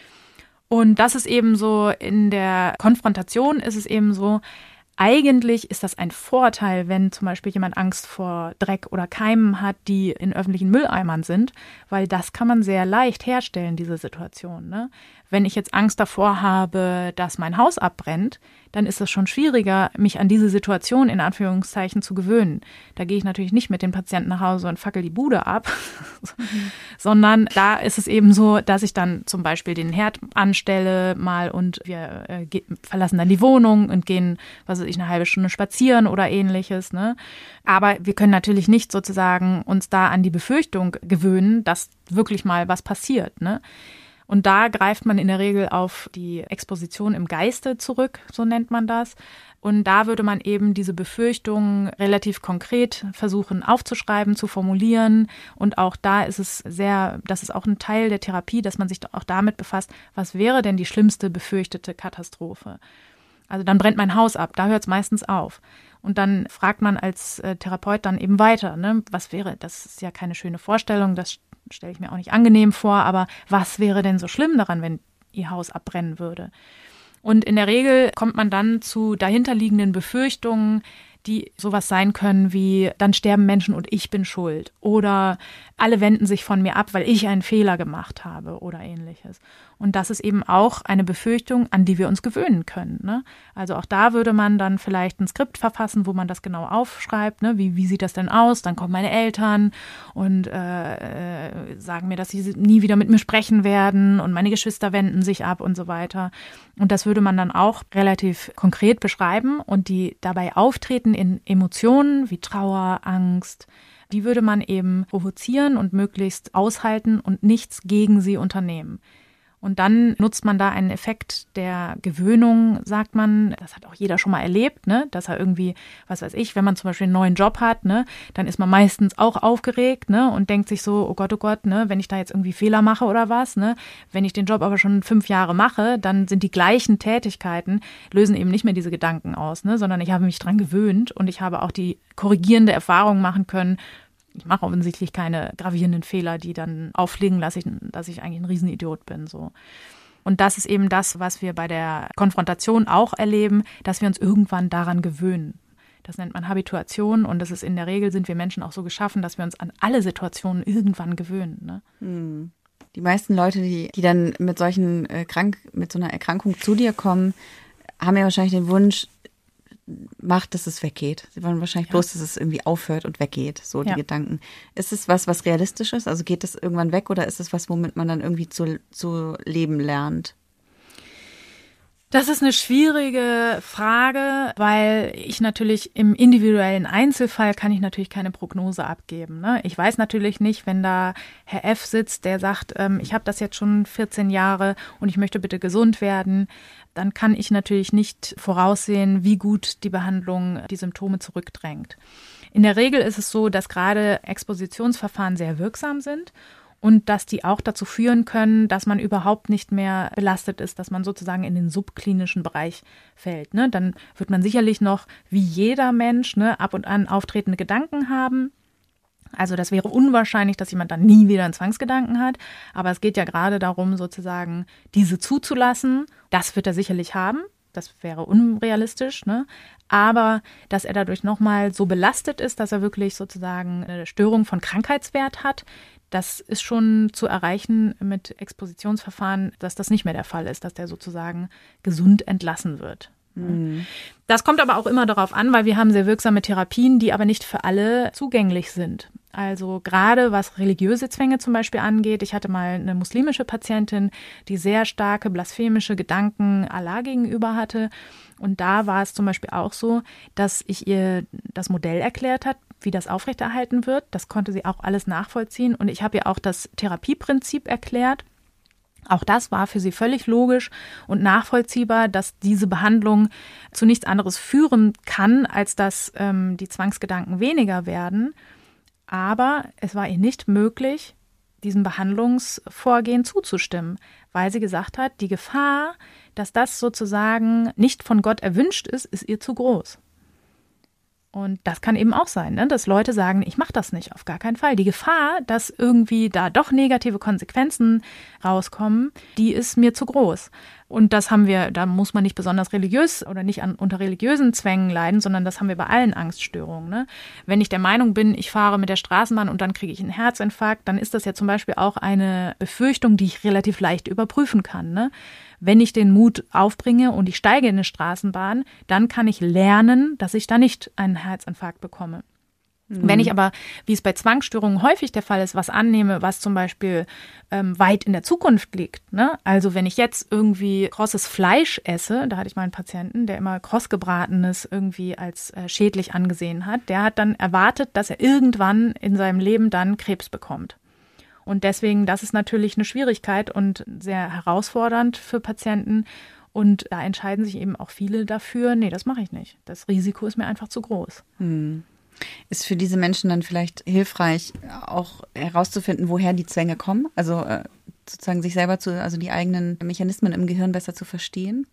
Und das ist eben so, in der Konfrontation ist es eben so, eigentlich ist das ein Vorteil, wenn zum Beispiel jemand Angst vor Dreck oder Keimen hat, die in öffentlichen Mülleimern sind, weil das kann man sehr leicht herstellen, diese Situation. Ne? Wenn ich jetzt Angst davor habe, dass mein Haus abbrennt, dann ist es schon schwieriger, mich an diese Situation in Anführungszeichen zu gewöhnen. Da gehe ich natürlich nicht mit den Patienten nach Hause und fackel die Bude ab, sondern da ist es eben so, dass ich dann zum Beispiel den Herd anstelle mal und wir verlassen dann die Wohnung und gehen, was weiß ich, eine halbe Stunde spazieren oder ähnliches. Ne? Aber wir können natürlich nicht sozusagen uns da an die Befürchtung gewöhnen, dass wirklich mal was passiert. Ne? Und da greift man in der Regel auf die Exposition im Geiste zurück, so nennt man das. Und da würde man eben diese Befürchtungen relativ konkret versuchen aufzuschreiben, zu formulieren. Und auch da ist es das ist auch ein Teil der Therapie, dass man sich auch damit befasst, was wäre denn die schlimmste befürchtete Katastrophe? Also dann brennt mein Haus ab, da hört es meistens auf. Und dann fragt man als Therapeut dann eben weiter, ne? Was wäre, das ist ja keine schöne Vorstellung, das stelle ich mir auch nicht angenehm vor, aber was wäre denn so schlimm daran, wenn Ihr Haus abbrennen würde? Und in der Regel kommt man dann zu dahinterliegenden Befürchtungen, die sowas sein können wie, dann sterben Menschen und ich bin schuld. Oder alle wenden sich von mir ab, weil ich einen Fehler gemacht habe oder ähnliches. Und das ist eben auch eine Befürchtung, an die wir uns gewöhnen können. Ne? Also auch da würde man dann vielleicht ein Skript verfassen, wo man das genau aufschreibt. Ne? Wie sieht das denn aus? Dann kommen meine Eltern und sagen mir, dass sie nie wieder mit mir sprechen werden und meine Geschwister wenden sich ab und so weiter. Und das würde man dann auch relativ konkret beschreiben und die dabei auftreten in Emotionen wie Trauer, Angst, die würde man eben provozieren und möglichst aushalten und nichts gegen sie unternehmen. Und dann nutzt man da einen Effekt der Gewöhnung, sagt man, das hat auch jeder schon mal erlebt, ne, dass er irgendwie, was weiß ich, wenn man zum Beispiel einen neuen Job hat, ne, dann ist man meistens auch aufgeregt, ne, und denkt sich so, oh Gott, ne, wenn ich da jetzt irgendwie Fehler mache oder was, ne, wenn ich den Job aber schon 5 Jahre mache, dann sind die gleichen Tätigkeiten, lösen eben nicht mehr diese Gedanken aus, ne, sondern ich habe mich dran gewöhnt und ich habe auch die korrigierende Erfahrung machen können. Ich mache offensichtlich keine gravierenden Fehler, die dann auffliegen lassen, dass ich eigentlich ein Riesenidiot bin. So. Und das ist eben das, was wir bei der Konfrontation auch erleben, dass wir uns irgendwann daran gewöhnen. Das nennt man Habituation und das ist in der Regel, sind wir Menschen auch so geschaffen, dass wir uns an alle Situationen irgendwann gewöhnen. Ne? Die meisten Leute, die dann mit so einer Erkrankung zu dir kommen, haben ja wahrscheinlich den Wunsch, dass es weggeht. Sie wollen wahrscheinlich bloß, dass es irgendwie aufhört und weggeht, so die Gedanken. Ist es was realistisch ist? Also geht das irgendwann weg oder ist es was, womit man dann irgendwie zu leben lernt? Das ist eine schwierige Frage, weil ich natürlich im individuellen Einzelfall kann ich natürlich keine Prognose abgeben. Ne? Ich weiß natürlich nicht, wenn da Herr F. sitzt, der sagt, ich habe das jetzt schon 14 Jahre und ich möchte bitte gesund werden, dann kann ich natürlich nicht voraussehen, wie gut die Behandlung die Symptome zurückdrängt. In der Regel ist es so, dass gerade Expositionsverfahren sehr wirksam sind und dass die auch dazu führen können, dass man überhaupt nicht mehr belastet ist, dass man sozusagen in den subklinischen Bereich fällt. Ne? Dann wird man sicherlich noch, wie jeder Mensch, ne, ab und an auftretende Gedanken haben. Also das wäre unwahrscheinlich, dass jemand dann nie wieder einen Zwangsgedanken hat. Aber es geht ja gerade darum, sozusagen diese zuzulassen. Das wird er sicherlich haben. Das wäre unrealistisch, ne? Aber dass er dadurch nochmal so belastet ist, dass er wirklich sozusagen eine Störung von Krankheitswert hat, das ist schon zu erreichen mit Expositionsverfahren, dass das nicht mehr der Fall ist, dass der sozusagen gesund entlassen wird. Das kommt aber auch immer darauf an, weil wir haben sehr wirksame Therapien, die aber nicht für alle zugänglich sind. Also gerade was religiöse Zwänge zum Beispiel angeht. Ich hatte mal eine muslimische Patientin, die sehr starke blasphemische Gedanken Allah gegenüber hatte. Und da war es zum Beispiel auch so, dass ich ihr das Modell erklärt habe, wie das aufrechterhalten wird. Das konnte sie auch alles nachvollziehen. Und ich habe ihr auch das Therapieprinzip erklärt. Auch das war für sie völlig logisch und nachvollziehbar, dass diese Behandlung zu nichts anderes führen kann, als dass die Zwangsgedanken weniger werden. Aber es war ihr nicht möglich, diesem Behandlungsvorgehen zuzustimmen, weil sie gesagt hat, die Gefahr, dass das sozusagen nicht von Gott erwünscht ist ihr zu groß. Und das kann eben auch sein, ne? Dass Leute sagen, ich mache das nicht, auf gar keinen Fall. Die Gefahr, dass irgendwie da doch negative Konsequenzen rauskommen, die ist mir zu groß. Und das haben wir, da muss man nicht besonders religiös oder nicht unter religiösen Zwängen leiden, sondern das haben wir bei allen Angststörungen. Ne? Wenn ich der Meinung bin, ich fahre mit der Straßenbahn und dann kriege ich einen Herzinfarkt, dann ist das ja zum Beispiel auch eine Befürchtung, die ich relativ leicht überprüfen kann. Ne? Wenn ich den Mut aufbringe und ich steige in eine Straßenbahn, dann kann ich lernen, dass ich da nicht einen Herzinfarkt bekomme. Wenn ich aber, wie es bei Zwangsstörungen häufig der Fall ist, was annehme, was zum Beispiel weit in der Zukunft liegt, ne? Also wenn ich jetzt irgendwie krosses Fleisch esse, da hatte ich mal einen Patienten, der immer kross gebratenes irgendwie als schädlich angesehen hat, der hat dann erwartet, dass er irgendwann in seinem Leben dann Krebs bekommt. Und deswegen, das ist natürlich eine Schwierigkeit und sehr herausfordernd für Patienten. Und da entscheiden sich eben auch viele dafür, nee, das mache ich nicht. Das Risiko ist mir einfach zu groß. Ist für diese Menschen dann vielleicht hilfreich, auch herauszufinden, woher die Zwänge kommen? Also sozusagen sich selber also die eigenen Mechanismen im Gehirn besser zu verstehen?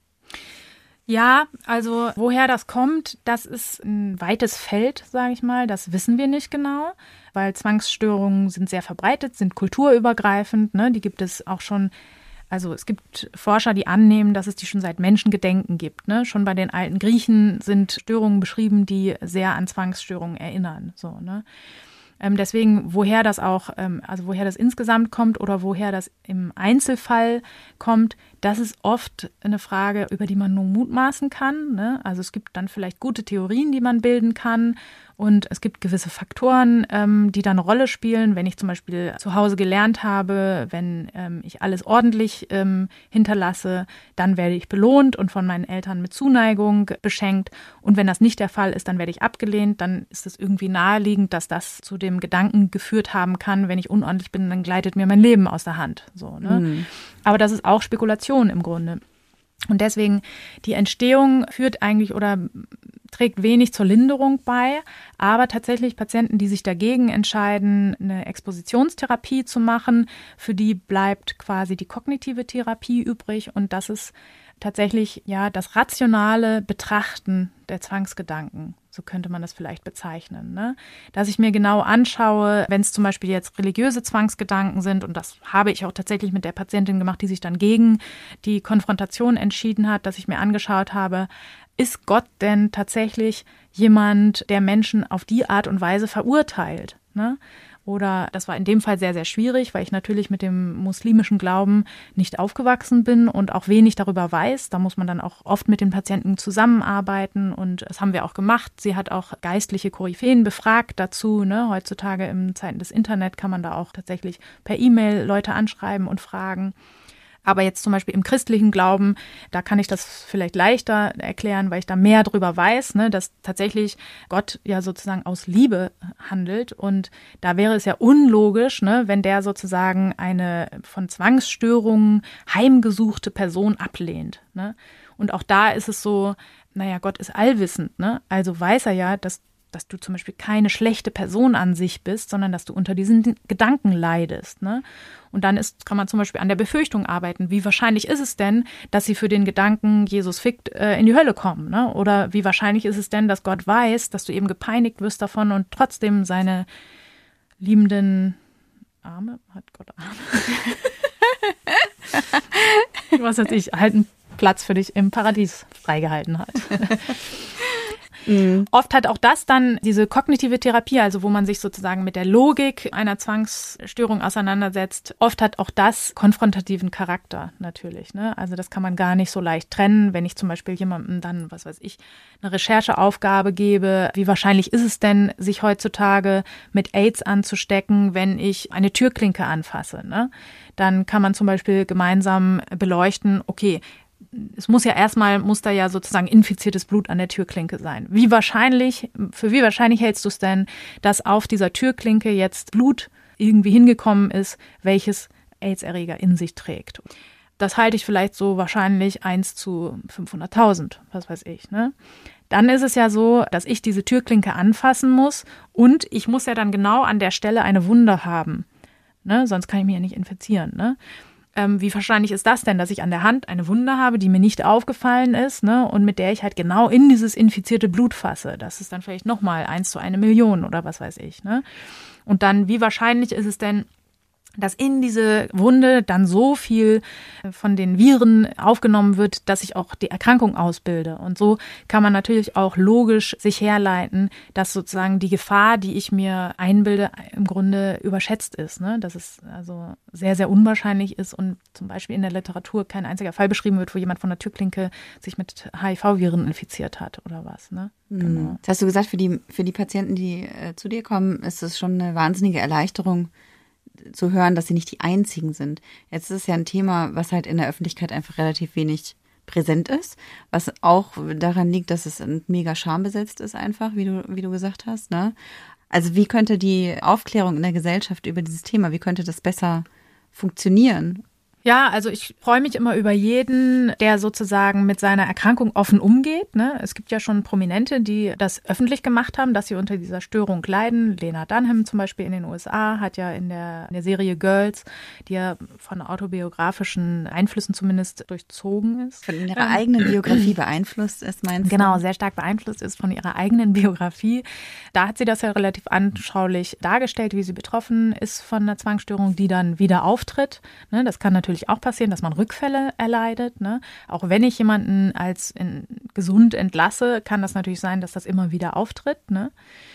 Ja, also woher das kommt, das ist ein weites Feld, sage ich mal. Das wissen wir nicht genau, weil Zwangsstörungen sind sehr verbreitet, sind kulturübergreifend. Ne? Die gibt es auch schon. Also es gibt Forscher, die annehmen, dass es die schon seit Menschengedenken gibt. Ne? Schon bei den alten Griechen sind Störungen beschrieben, die sehr an Zwangsstörungen erinnern. So, ne? Deswegen, woher das insgesamt kommt oder woher das im Einzelfall kommt, das ist oft eine Frage, über die man nur mutmaßen kann. Ne? Also es gibt dann vielleicht gute Theorien, die man bilden kann. Und es gibt gewisse Faktoren, die da eine Rolle spielen. Wenn ich zum Beispiel zu Hause gelernt habe, wenn ich alles ordentlich hinterlasse, dann werde ich belohnt und von meinen Eltern mit Zuneigung beschenkt. Und wenn das nicht der Fall ist, dann werde ich abgelehnt. Dann ist es irgendwie naheliegend, dass das zu dem Gedanken geführt haben kann, wenn ich unordentlich bin, dann gleitet mir mein Leben aus der Hand. So, ne? Aber das ist auch Spekulation im Grunde. Und deswegen, die Entstehung führt eigentlich oder trägt wenig zur Linderung bei, aber tatsächlich Patienten, die sich dagegen entscheiden, eine Expositionstherapie zu machen, für die bleibt quasi die kognitive Therapie übrig und das ist tatsächlich ja das rationale Betrachten der Zwangsgedanken, so könnte man das vielleicht bezeichnen, ne? Dass ich mir genau anschaue, wenn es zum Beispiel jetzt religiöse Zwangsgedanken sind, und das habe ich auch tatsächlich mit der Patientin gemacht, die sich dann gegen die Konfrontation entschieden hat, dass ich mir angeschaut habe, ist Gott denn tatsächlich jemand, der Menschen auf die Art und Weise verurteilt, ne? Oder das war in dem Fall sehr, sehr schwierig, weil ich natürlich mit dem muslimischen Glauben nicht aufgewachsen bin und auch wenig darüber weiß. Da muss man dann auch oft mit den Patienten zusammenarbeiten und das haben wir auch gemacht. Sie hat auch geistliche Koryphäen befragt dazu, ne? Heutzutage in Zeiten des Internet kann man da auch tatsächlich per E-Mail Leute anschreiben und fragen. Aber jetzt zum Beispiel im christlichen Glauben, da kann ich das vielleicht leichter erklären, weil ich da mehr drüber weiß, ne, dass tatsächlich Gott ja sozusagen aus Liebe handelt. Und da wäre es ja unlogisch, ne, wenn der sozusagen eine von Zwangsstörungen heimgesuchte Person ablehnt, ne. Und auch da ist es so, naja, Gott ist allwissend, ne. Also weiß er ja, dass du zum Beispiel keine schlechte Person an sich bist, sondern dass du unter diesen Gedanken leidest, ne? Und dann kann man zum Beispiel an der Befürchtung arbeiten. Wie wahrscheinlich ist es denn, dass sie für den Gedanken, Jesus fickt, in die Hölle kommen, ne? Oder wie wahrscheinlich ist es denn, dass Gott weiß, dass du eben gepeinigt wirst davon und trotzdem seine liebenden Arme, hat Gott Arme? Was weiß ich, halt einen Platz für dich im Paradies freigehalten hat. Oft hat auch das dann diese kognitive Therapie, also wo man sich sozusagen mit der Logik einer Zwangsstörung auseinandersetzt, oft hat auch das konfrontativen Charakter natürlich, ne? Also das kann man gar nicht so leicht trennen, wenn ich zum Beispiel jemandem dann, was weiß ich, eine Rechercheaufgabe gebe, wie wahrscheinlich ist es denn, sich heutzutage mit AIDS anzustecken, wenn ich eine Türklinke anfasse, ne? Dann kann man zum Beispiel gemeinsam beleuchten, okay, es muss da ja sozusagen infiziertes Blut an der Türklinke sein. Für wie wahrscheinlich hältst du es denn, dass auf dieser Türklinke jetzt Blut irgendwie hingekommen ist, welches AIDS-Erreger in sich trägt? Das halte ich vielleicht so wahrscheinlich 1 zu 500.000, was weiß ich, ne? Dann ist es ja so, dass ich diese Türklinke anfassen muss und ich muss ja dann genau an der Stelle eine Wunde haben, ne? Sonst kann ich mich ja nicht infizieren, ne? Wie wahrscheinlich ist das denn, dass ich an der Hand eine Wunde habe, die mir nicht aufgefallen ist, ne, und mit der ich halt genau in dieses infizierte Blut fasse? Das ist dann vielleicht nochmal 1 zu 1 Million oder was weiß ich, ne? Und dann, wie wahrscheinlich ist es denn, dass in diese Wunde dann so viel von den Viren aufgenommen wird, dass ich auch die Erkrankung ausbilde. Und so kann man natürlich auch logisch sich herleiten, dass sozusagen die Gefahr, die ich mir einbilde, im Grunde überschätzt ist, ne? Dass es also sehr, sehr unwahrscheinlich ist und zum Beispiel in der Literatur kein einziger Fall beschrieben wird, wo jemand von der Türklinke sich mit HIV-Viren infiziert hat oder was, ne? Genau. Das hast du gesagt, für die Patienten, die zu dir kommen, ist es schon eine wahnsinnige Erleichterung, zu hören, dass sie nicht die Einzigen sind. Jetzt ist es ja ein Thema, was halt in der Öffentlichkeit einfach relativ wenig präsent ist, was auch daran liegt, dass es mega schambesetzt ist einfach, wie du gesagt hast, ne? Also wie könnte die Aufklärung in der Gesellschaft über dieses Thema, wie könnte das besser funktionieren? Ja, also ich freue mich immer über jeden, der sozusagen mit seiner Erkrankung offen umgeht, ne? Es gibt ja schon Prominente, die das öffentlich gemacht haben, dass sie unter dieser Störung leiden. Lena Dunham zum Beispiel in den USA hat ja in der Serie Girls, die ja von autobiografischen Einflüssen zumindest durchzogen ist. Von ihrer eigenen Biografie beeinflusst ist, meinst du? Genau, sehr stark beeinflusst ist von ihrer eigenen Biografie. Da hat sie das ja relativ anschaulich dargestellt, wie sie betroffen ist von einer Zwangsstörung, die dann wieder auftritt, ne? Das kann natürlich auch passieren, dass man Rückfälle erleidet, ne? Auch wenn ich jemanden als gesund entlasse, kann das natürlich sein, dass das immer wieder auftritt, ne?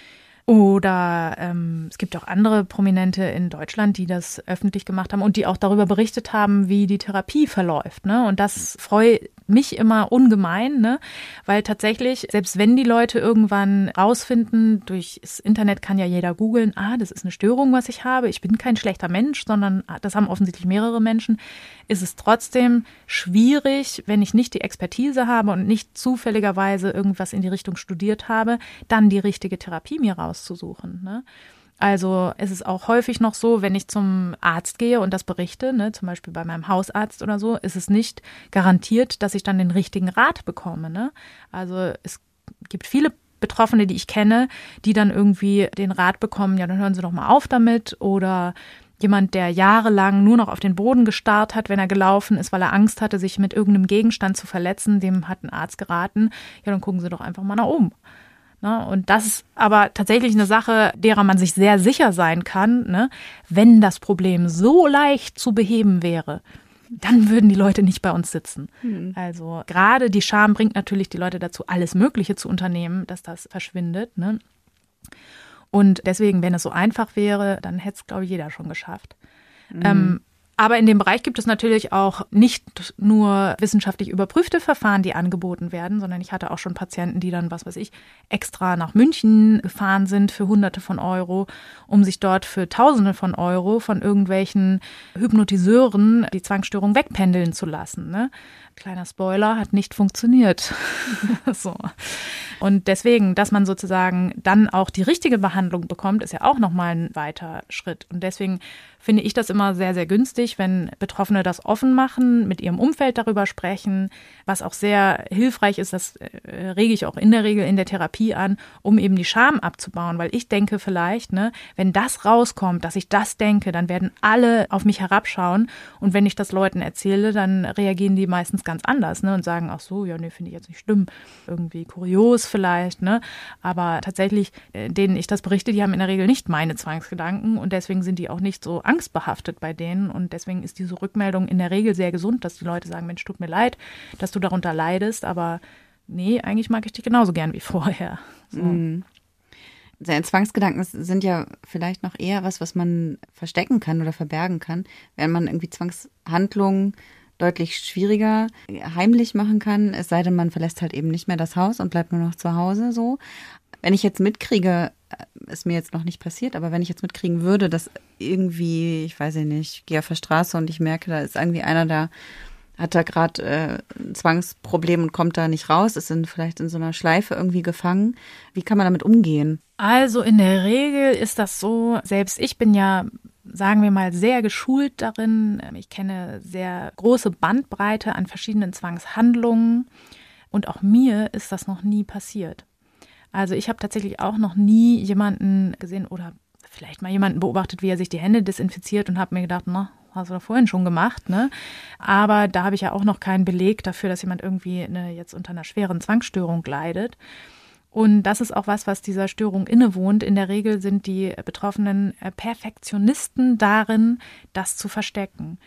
Oder es gibt auch andere Prominente in Deutschland, die das öffentlich gemacht haben und die auch darüber berichtet haben, wie die Therapie verläuft, ne? Und das freut mich immer ungemein, ne? Weil tatsächlich, selbst wenn die Leute irgendwann rausfinden, durch das Internet kann ja jeder googeln, das ist eine Störung, was ich habe, ich bin kein schlechter Mensch, sondern das haben offensichtlich mehrere Menschen, ist es trotzdem schwierig, wenn ich nicht die Expertise habe und nicht zufälligerweise irgendwas in die Richtung studiert habe, dann die richtige Therapie mir rauszusuchen, ne? Also es ist auch häufig noch so, wenn ich zum Arzt gehe und das berichte, ne, zum Beispiel bei meinem Hausarzt oder so, ist es nicht garantiert, dass ich dann den richtigen Rat bekomme. Ne? Also es gibt viele Betroffene, die ich kenne, die dann irgendwie den Rat bekommen, ja, dann hören Sie doch mal auf damit, oder jemand, der jahrelang nur noch auf den Boden gestarrt hat, wenn er gelaufen ist, weil er Angst hatte, sich mit irgendeinem Gegenstand zu verletzen, dem hat ein Arzt geraten, ja, dann gucken Sie doch einfach mal nach oben. Ne? Und das ist aber tatsächlich eine Sache, derer man sich sehr sicher sein kann, ne? Wenn das Problem so leicht zu beheben wäre, dann würden die Leute nicht bei uns sitzen. Also gerade die Scham bringt natürlich die Leute dazu, alles Mögliche zu unternehmen, dass das verschwindet. Ne? Und deswegen, wenn es so einfach wäre, dann hätte es, glaube ich, jeder schon geschafft. Aber in dem Bereich gibt es natürlich auch nicht nur wissenschaftlich überprüfte Verfahren, die angeboten werden, sondern ich hatte auch schon Patienten, die dann, was weiß ich, extra nach München gefahren sind für Hunderte von Euro, um sich dort für Tausende von Euro von irgendwelchen Hypnotiseuren die Zwangsstörung wegpendeln zu lassen. Ne? Kleiner Spoiler, hat nicht funktioniert. So. Und deswegen, dass man sozusagen dann auch die richtige Behandlung bekommt, ist ja auch nochmal ein weiter Schritt. Und deswegen finde ich das immer sehr, sehr günstig, wenn Betroffene das offen machen, mit ihrem Umfeld darüber sprechen, was auch sehr hilfreich ist, das rege ich auch in der Regel in der Therapie an, um eben die Scham abzubauen. Weil ich denke vielleicht, ne, wenn das rauskommt, dass ich das denke, dann werden alle auf mich herabschauen. Und wenn ich das Leuten erzähle, dann reagieren die meistens ganz anders, ne, und sagen, ach so, ja, nee, finde ich jetzt nicht schlimm. Irgendwie kurios vielleicht, ne. Aber tatsächlich, denen ich das berichte, die haben in der Regel nicht meine Zwangsgedanken und deswegen sind die auch nicht so angstbehaftet bei denen. Und deswegen ist diese Rückmeldung in der Regel sehr gesund, dass die Leute sagen, Mensch, tut mir leid, dass du darunter leidest, aber nee, eigentlich mag ich dich genauso gern wie vorher. So. Zwangsgedanken sind ja vielleicht noch eher was man verstecken kann oder verbergen kann, wenn man irgendwie Zwangshandlungen deutlich schwieriger heimlich machen kann, es sei denn, man verlässt halt eben nicht mehr das Haus und bleibt nur noch zu Hause so. Wenn ich jetzt mitkriege, ist mir jetzt noch nicht passiert, aber wenn ich jetzt mitkriegen würde, dass irgendwie, ich weiß nicht, ich gehe auf der Straße und ich merke, da ist irgendwie einer, da hat da gerade ein Zwangsproblem und kommt da nicht raus, ist vielleicht in so einer Schleife irgendwie gefangen. Wie kann man damit umgehen? Also in der Regel ist das so, selbst ich bin ja, sagen wir mal, sehr geschult darin. Ich kenne sehr große Bandbreite an verschiedenen Zwangshandlungen und auch mir ist das noch nie passiert. Also ich habe tatsächlich auch noch nie jemanden gesehen oder vielleicht mal jemanden beobachtet, wie er sich die Hände desinfiziert und habe mir gedacht, na, hast du doch vorhin schon gemacht, ne? Aber da habe ich ja auch noch keinen Beleg dafür, dass jemand irgendwie jetzt unter einer schweren Zwangsstörung leidet. Und das ist auch was dieser Störung innewohnt. In der Regel sind die Betroffenen Perfektionisten darin, das zu verstecken.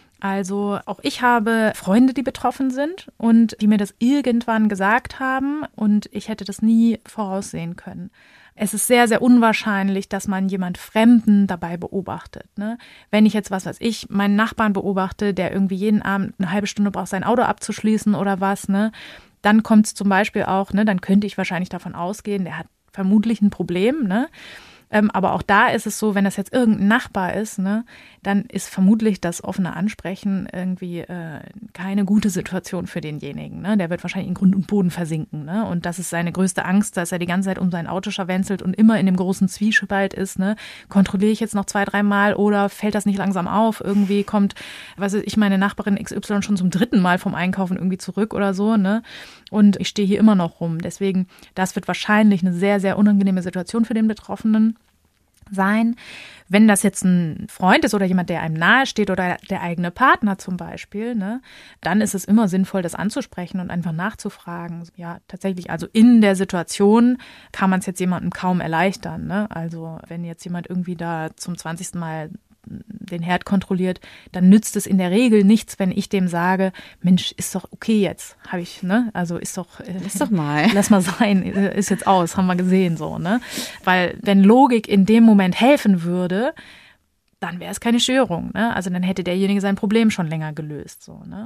Also auch ich habe Freunde, die betroffen sind und die mir das irgendwann gesagt haben und ich hätte das nie voraussehen können. Es ist sehr, sehr unwahrscheinlich, dass man jemand Fremden dabei beobachtet. Ne? Wenn ich jetzt, was weiß ich, meinen Nachbarn beobachte, der irgendwie jeden Abend eine halbe Stunde braucht, sein Auto abzuschließen oder was, ne? Dann kommt es zum Beispiel auch, ne, dann könnte ich wahrscheinlich davon ausgehen, der hat vermutlich ein Problem, ne? Aber auch da ist es so, wenn das jetzt irgendein Nachbar ist, ne, dann ist vermutlich das offene Ansprechen irgendwie keine gute Situation für denjenigen. Ne? Der wird wahrscheinlich in Grund und Boden versinken. Ne? Und das ist seine größte Angst, dass er die ganze Zeit um sein Auto scharwenzelt und immer in dem großen Zwiespalt ist. Ne? Kontrolliere ich jetzt noch 2-3 Mal oder fällt das nicht langsam auf? Irgendwie kommt, was weiß ich, meine Nachbarin XY schon zum 3. Mal vom Einkaufen irgendwie zurück oder so. Ne? Und ich stehe hier immer noch rum. Deswegen, das wird wahrscheinlich eine sehr, sehr unangenehme Situation für den Betroffenen sein. Wenn das jetzt ein Freund ist oder jemand, der einem nahe steht oder der eigene Partner zum Beispiel, ne, dann ist es immer sinnvoll, das anzusprechen und einfach nachzufragen. Ja, tatsächlich, also in der Situation kann man es jetzt jemandem kaum erleichtern. Ne? Also wenn jetzt jemand irgendwie da zum 20. Mal den Herd kontrolliert, dann nützt es in der Regel nichts, wenn ich dem sage, Mensch, ist doch okay jetzt, habe ich, ne, also ist doch, lass doch mal. Lass mal sein, ist jetzt aus, haben wir gesehen, so, ne, weil wenn Logik in dem Moment helfen würde, dann wäre es keine Störung, ne, also dann hätte derjenige sein Problem schon länger gelöst, so, ne.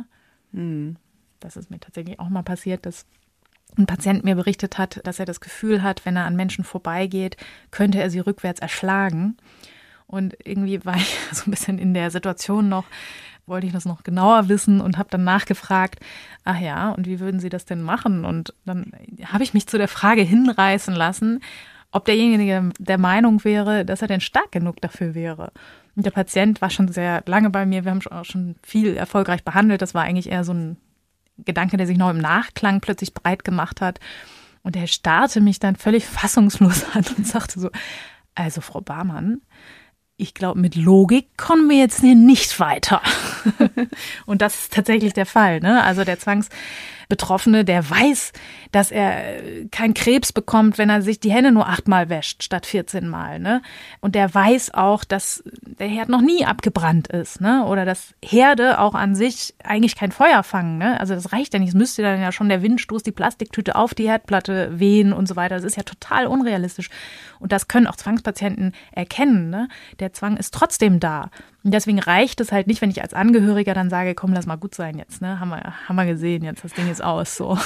Das ist mir tatsächlich auch mal passiert, dass ein Patient mir berichtet hat, dass er das Gefühl hat, wenn er an Menschen vorbeigeht, könnte er sie rückwärts erschlagen. Und irgendwie war ich so ein bisschen in der Situation noch, wollte ich das noch genauer wissen und habe dann nachgefragt, ach ja, und wie würden Sie das denn machen? Und dann habe ich mich zu der Frage hinreißen lassen, ob derjenige der Meinung wäre, dass er denn stark genug dafür wäre. Und der Patient war schon sehr lange bei mir, wir haben auch schon viel erfolgreich behandelt. Das war eigentlich eher so ein Gedanke, der sich noch im Nachklang plötzlich breit gemacht hat. Und er starrte mich dann völlig fassungslos an und sagte so, also Frau Barmann, ich glaube, mit Logik kommen wir jetzt hier nicht weiter. Und das ist tatsächlich der Fall, ne? Also der Zwangsbetroffene, der weiß, dass er keinen Krebs bekommt, wenn er sich die Hände nur 8-mal wäscht statt 14-mal, ne? Und der weiß auch, dass der Herd noch nie abgebrannt ist, ne? Oder dass Herde auch an sich eigentlich kein Feuer fangen, ne? Also das reicht ja nicht. Es müsste dann ja schon der Windstoß die Plastiktüte auf die Herdplatte wehen und so weiter. Das ist ja total unrealistisch. Und das können auch Zwangspatienten erkennen, ne? Der Zwang ist trotzdem da. Und deswegen reicht es halt nicht, wenn ich als Angehöriger dann sage, komm, lass mal gut sein jetzt, ne? Haben wir gesehen, jetzt das Ding ist aus, so.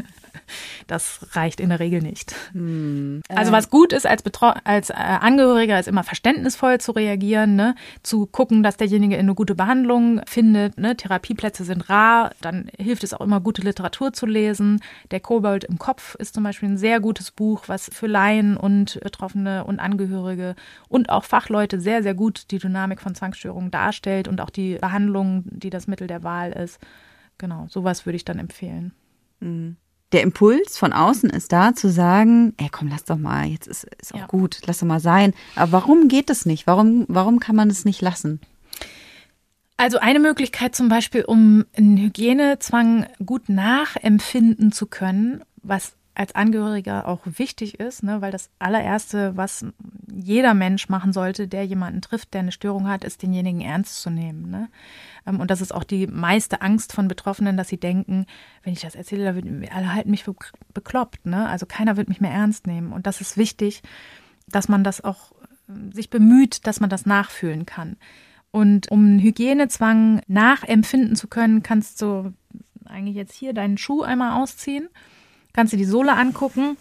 Das reicht in der Regel nicht. Also was gut ist als Angehöriger, ist immer verständnisvoll zu reagieren, ne? Zu gucken, dass derjenige eine gute Behandlung findet. Ne? Therapieplätze sind rar, dann hilft es auch immer, gute Literatur zu lesen. Der Kobold im Kopf ist zum Beispiel ein sehr gutes Buch, was für Laien und Betroffene und Angehörige und auch Fachleute sehr, sehr gut die Dynamik von Zwangsstörungen darstellt und auch die Behandlung, die das Mittel der Wahl ist. Genau, sowas würde ich dann empfehlen. Der Impuls von außen ist da, zu sagen, ey, komm, lass doch mal, jetzt ist auch gut, lass doch mal sein. Aber warum geht es nicht? Warum kann man es nicht lassen? Also eine Möglichkeit zum Beispiel, um einen Hygienezwang gut nachempfinden zu können, was als Angehöriger auch wichtig ist, ne, weil das allererste, was jeder Mensch machen sollte, der jemanden trifft, der eine Störung hat, ist, denjenigen ernst zu nehmen. Ne? Und das ist auch die meiste Angst von Betroffenen, dass sie denken, wenn ich das erzähle, alle halten mich für bekloppt. Ne? Also keiner wird mich mehr ernst nehmen. Und das ist wichtig, dass man das auch sich bemüht, dass man das nachfühlen kann. Und um einen Hygienezwang nachempfinden zu können, kannst du eigentlich jetzt hier deinen Schuh einmal ausziehen. Kannst du die Sohle angucken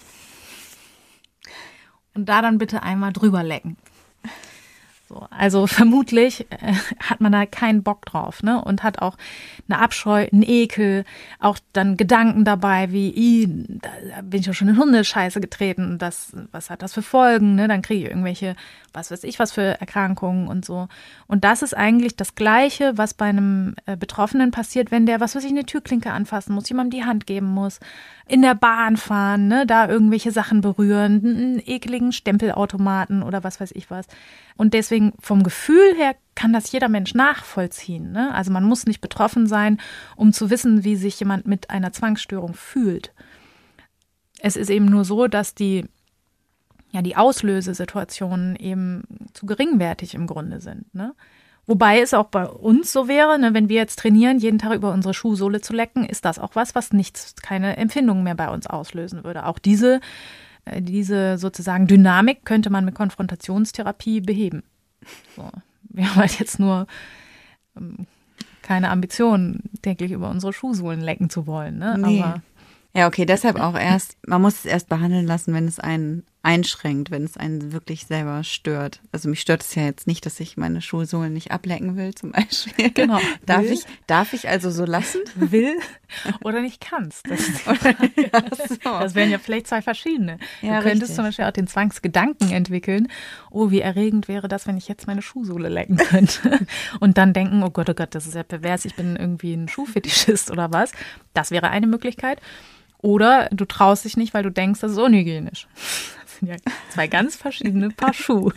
und da dann bitte einmal drüber lecken. So, also vermutlich hat man da keinen Bock drauf, ne? Und hat auch eine Abscheu, einen Ekel, auch dann Gedanken dabei, wie, da bin ich ja schon in Hundescheiße getreten und was hat das für Folgen, ne? Dann kriege ich irgendwelche, was weiß ich, was für Erkrankungen und so. Und das ist eigentlich das Gleiche, was bei einem Betroffenen passiert, wenn der, was weiß ich, eine Türklinke anfassen muss, jemandem die Hand geben muss, in der Bahn fahren, ne? Da irgendwelche Sachen berühren, einen ekligen Stempelautomaten oder was weiß ich was. Und deswegen vom Gefühl her kann das jeder Mensch nachvollziehen, ne? Also man muss nicht betroffen sein, um zu wissen, wie sich jemand mit einer Zwangsstörung fühlt. Es ist eben nur so, dass die Auslösesituationen eben zu geringwertig im Grunde sind, ne? Wobei es auch bei uns so wäre, ne, wenn wir jetzt trainieren, jeden Tag über unsere Schuhsohle zu lecken, ist das auch was keine Empfindungen mehr bei uns auslösen würde. Auch diese sozusagen Dynamik könnte man mit Konfrontationstherapie beheben. So. Wir haben halt jetzt nur keine Ambition, täglich über unsere Schuhsohlen lecken zu wollen. Ne? Nee. Aber ja, okay, deshalb auch man muss es erst behandeln lassen, wenn es einen einschränkt, wenn es einen wirklich selber stört. Also mich stört es ja jetzt nicht, dass ich meine Schuhsohlen nicht ablecken will, zum Beispiel. Genau. Darf ich also so lassen? Will oder nicht kannst. Das wären ja vielleicht zwei verschiedene. Ja, du könntest richtig. zum Beispiel auch den Zwangsgedanken entwickeln. Oh, wie erregend wäre das, wenn ich jetzt meine Schuhsohle lecken könnte. Und dann denken, oh Gott, das ist ja pervers, ich bin irgendwie ein Schuhfetischist oder was. Das wäre eine Möglichkeit. Oder du traust dich nicht, weil du denkst, das ist unhygienisch. Das sind ja zwei ganz verschiedene Paar Schuhe.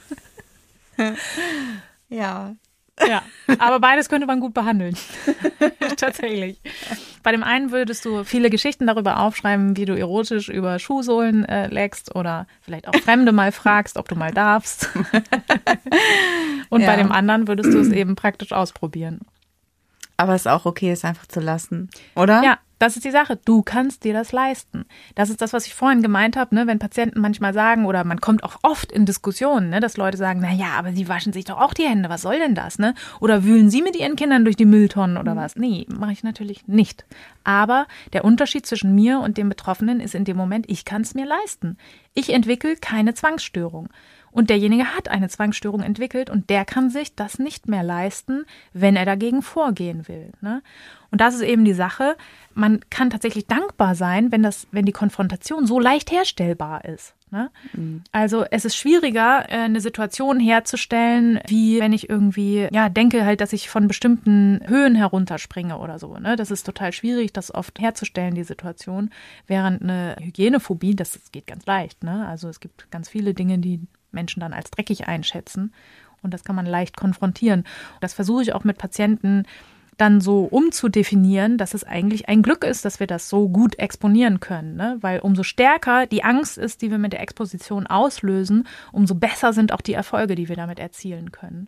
Ja. Ja, aber beides könnte man gut behandeln. Tatsächlich. Bei dem einen würdest du viele Geschichten darüber aufschreiben, wie du erotisch über Schuhsohlen leckst oder vielleicht auch Fremde mal fragst, ob du mal darfst. Und bei dem anderen würdest du es eben praktisch ausprobieren. Aber es ist auch okay, es einfach zu lassen, oder? Ja, das ist die Sache. Du kannst dir das leisten. Das ist das, was ich vorhin gemeint habe, ne? Wenn Patienten manchmal sagen, oder man kommt auch oft in Diskussionen, ne? Dass Leute sagen, na ja, aber sie waschen sich doch auch die Hände, was soll denn das? Ne? Oder wühlen sie mit ihren Kindern durch die Mülltonnen oder was? Nee, mache ich natürlich nicht. Aber der Unterschied zwischen mir und dem Betroffenen ist in dem Moment, ich kann es mir leisten. Ich entwickle keine Zwangsstörung. Und derjenige hat eine Zwangsstörung entwickelt und der kann sich das nicht mehr leisten, wenn er dagegen vorgehen will. Ne? Und das ist eben die Sache. Man kann tatsächlich dankbar sein, wenn die Konfrontation so leicht herstellbar ist. Ne? Mhm. Also es ist schwieriger, eine Situation herzustellen, wie wenn ich irgendwie denke halt, dass ich von bestimmten Höhen herunterspringe oder so. Ne? Das ist total schwierig, das oft herzustellen, die Situation. Während eine Hygienephobie, das geht ganz leicht. Ne? Also es gibt ganz viele Dinge, die Menschen dann als dreckig einschätzen. Und das kann man leicht konfrontieren. Das versuche ich auch mit Patienten dann so umzudefinieren, dass es eigentlich ein Glück ist, dass wir das so gut exponieren können. Ne? Weil umso stärker die Angst ist, die wir mit der Exposition auslösen, umso besser sind auch die Erfolge, die wir damit erzielen können.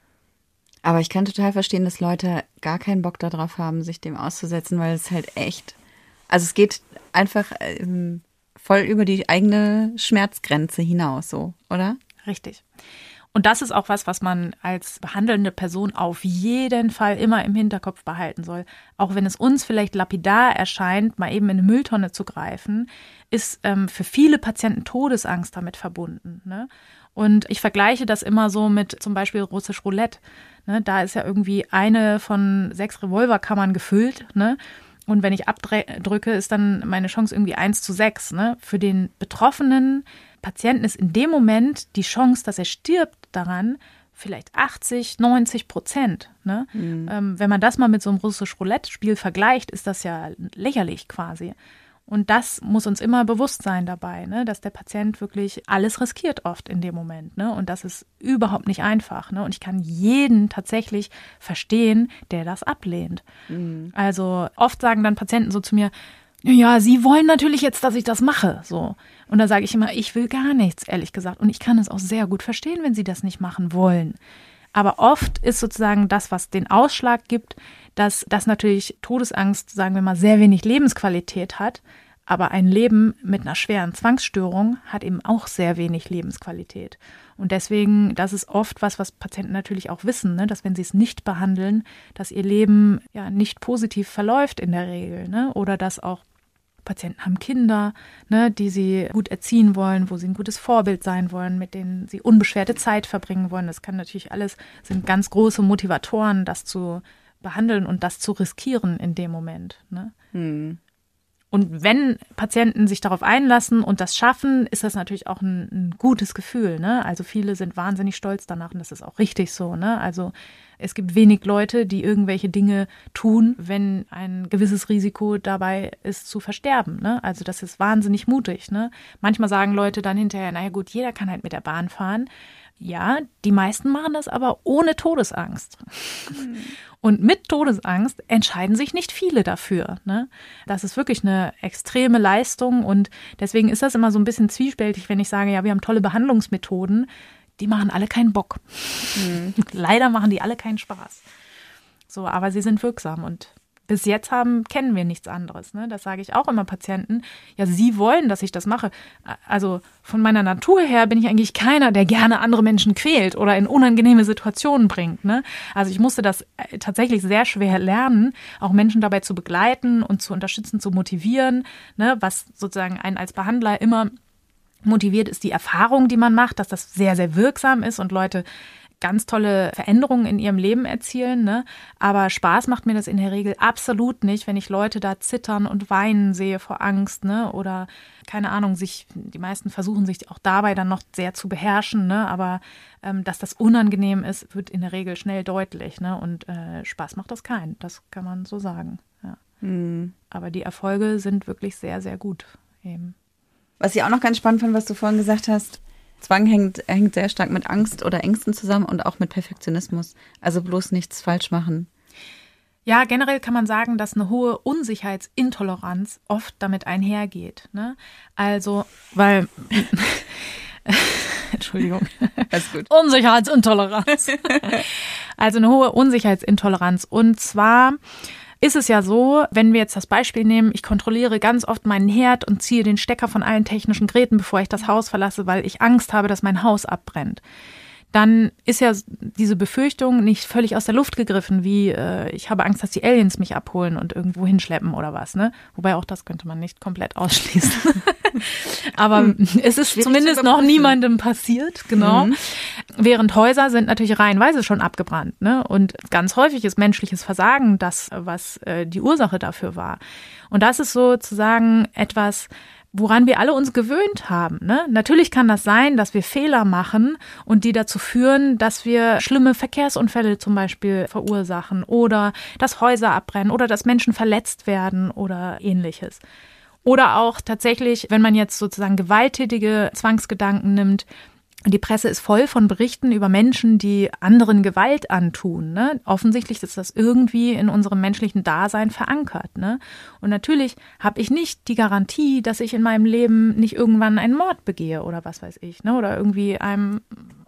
Aber ich kann total verstehen, dass Leute gar keinen Bock darauf haben, sich dem auszusetzen, weil es halt echt, also es geht einfach voll über die eigene Schmerzgrenze hinaus, so, oder? Richtig. Und das ist auch was man als behandelnde Person auf jeden Fall immer im Hinterkopf behalten soll. Auch wenn es uns vielleicht lapidar erscheint, mal eben in eine Mülltonne zu greifen, ist für viele Patienten Todesangst damit verbunden. Ne? Und ich vergleiche das immer so mit zum Beispiel russisch Roulette. Ne? Da ist ja irgendwie eine von 6 Revolverkammern gefüllt. Ne? Und wenn ich abdrücke, ist dann meine Chance irgendwie 1:6. Ne? Für den betroffenen Patienten ist in dem Moment die Chance, dass er stirbt daran, vielleicht 80-90%. Ne? Mhm. Wenn man das mal mit so einem russisch Roulette-Spiel vergleicht, ist das ja lächerlich quasi. Und das muss uns immer bewusst sein dabei, ne? Dass der Patient wirklich alles riskiert oft in dem Moment. Ne? Und das ist überhaupt nicht einfach. Ne? Und ich kann jeden tatsächlich verstehen, der das ablehnt. Mhm. Also oft sagen dann Patienten so zu mir, ja, Sie wollen natürlich jetzt, dass ich das mache. So. Und da sage ich immer, ich will gar nichts, ehrlich gesagt. Und ich kann es auch sehr gut verstehen, wenn Sie das nicht machen wollen. Aber oft ist sozusagen das, was den Ausschlag gibt, dass natürlich Todesangst, sagen wir mal, sehr wenig Lebensqualität hat. Aber ein Leben mit einer schweren Zwangsstörung hat eben auch sehr wenig Lebensqualität. Und deswegen, das ist oft was Patienten natürlich auch wissen, ne? Dass wenn sie es nicht behandeln, dass ihr Leben ja nicht positiv verläuft in der Regel. Ne? Oder dass auch Patienten haben Kinder, ne, die sie gut erziehen wollen, wo sie ein gutes Vorbild sein wollen, mit denen sie unbeschwerte Zeit verbringen wollen. Das kann natürlich alles, sind ganz große Motivatoren, das zu behandeln und das zu riskieren in dem Moment. Ne? Hm. Und wenn Patienten sich darauf einlassen und das schaffen, ist das natürlich auch ein gutes Gefühl. Ne? Also viele sind wahnsinnig stolz danach und das ist auch richtig so. Ne? Also es gibt wenig Leute, die irgendwelche Dinge tun, wenn ein gewisses Risiko dabei ist zu versterben. Ne? Also das ist wahnsinnig mutig. Ne? Manchmal sagen Leute dann hinterher, naja gut, jeder kann halt mit der Bahn fahren. Ja, die meisten machen das aber ohne Todesangst. Mhm. Und mit Todesangst entscheiden sich nicht viele dafür. Ne? Das ist wirklich eine extreme Leistung und deswegen ist das immer so ein bisschen zwiespältig, wenn ich sage, ja, wir haben tolle Behandlungsmethoden, die machen alle keinen Bock. Mhm. Leider machen die alle keinen Spaß. So, aber sie sind wirksam und bis jetzt kennen wir nichts anderes. Ne? Das sage ich auch immer Patienten. Ja, sie wollen, dass ich das mache. Also von meiner Natur her bin ich eigentlich keiner, der gerne andere Menschen quält oder in unangenehme Situationen bringt. Ne? Also ich musste das tatsächlich sehr schwer lernen, auch Menschen dabei zu begleiten und zu unterstützen, zu motivieren. Ne? Was sozusagen einen als Behandler immer motiviert, ist die Erfahrung, die man macht, dass das sehr, sehr wirksam ist und Leute ganz tolle Veränderungen in ihrem Leben erzielen, ne? Aber Spaß macht mir das in der Regel absolut nicht, wenn ich Leute da zittern und weinen sehe vor Angst, ne? Oder keine Ahnung, die meisten versuchen sich auch dabei dann noch sehr zu beherrschen, ne? Aber dass das unangenehm ist, wird in der Regel schnell deutlich, ne? Und Spaß macht das keinen, das kann man so sagen. Ja. Mhm. Aber die Erfolge sind wirklich sehr, sehr gut eben. Was ich auch noch ganz spannend fand, was du vorhin gesagt hast, Zwang hängt sehr stark mit Angst oder Ängsten zusammen und auch mit Perfektionismus. Also bloß nichts falsch machen. Ja, generell kann man sagen, dass eine hohe Unsicherheitsintoleranz oft damit einhergeht. Ne? Also, weil Entschuldigung. Alles gut. Unsicherheitsintoleranz. Also eine hohe Unsicherheitsintoleranz. Und zwar ist es ja so, wenn wir jetzt das Beispiel nehmen, ich kontrolliere ganz oft meinen Herd und ziehe den Stecker von allen technischen Geräten, bevor ich das Haus verlasse, weil ich Angst habe, dass mein Haus abbrennt. dann ist ja diese Befürchtung nicht völlig aus der Luft gegriffen, wie ich habe Angst, dass die Aliens mich abholen und irgendwo hinschleppen oder was, ne? Wobei auch das könnte man nicht komplett ausschließen. Aber es ist zumindest noch niemandem passiert, genau. Während Häuser sind natürlich reihenweise schon abgebrannt, ne? Und ganz häufig ist menschliches Versagen das, was die Ursache dafür war. Und das ist sozusagen etwas, woran wir alle uns gewöhnt haben, ne? Natürlich kann das sein, dass wir Fehler machen und die dazu führen, dass wir schlimme Verkehrsunfälle zum Beispiel verursachen oder dass Häuser abbrennen oder dass Menschen verletzt werden oder Ähnliches. Oder auch tatsächlich, wenn man jetzt sozusagen gewalttätige Zwangsgedanken nimmt, die Presse ist voll von Berichten über Menschen, die anderen Gewalt antun, ne? Offensichtlich ist das irgendwie in unserem menschlichen Dasein verankert, ne? Und natürlich habe ich nicht die Garantie, dass ich in meinem Leben nicht irgendwann einen Mord begehe oder was weiß ich, ne? Oder irgendwie einem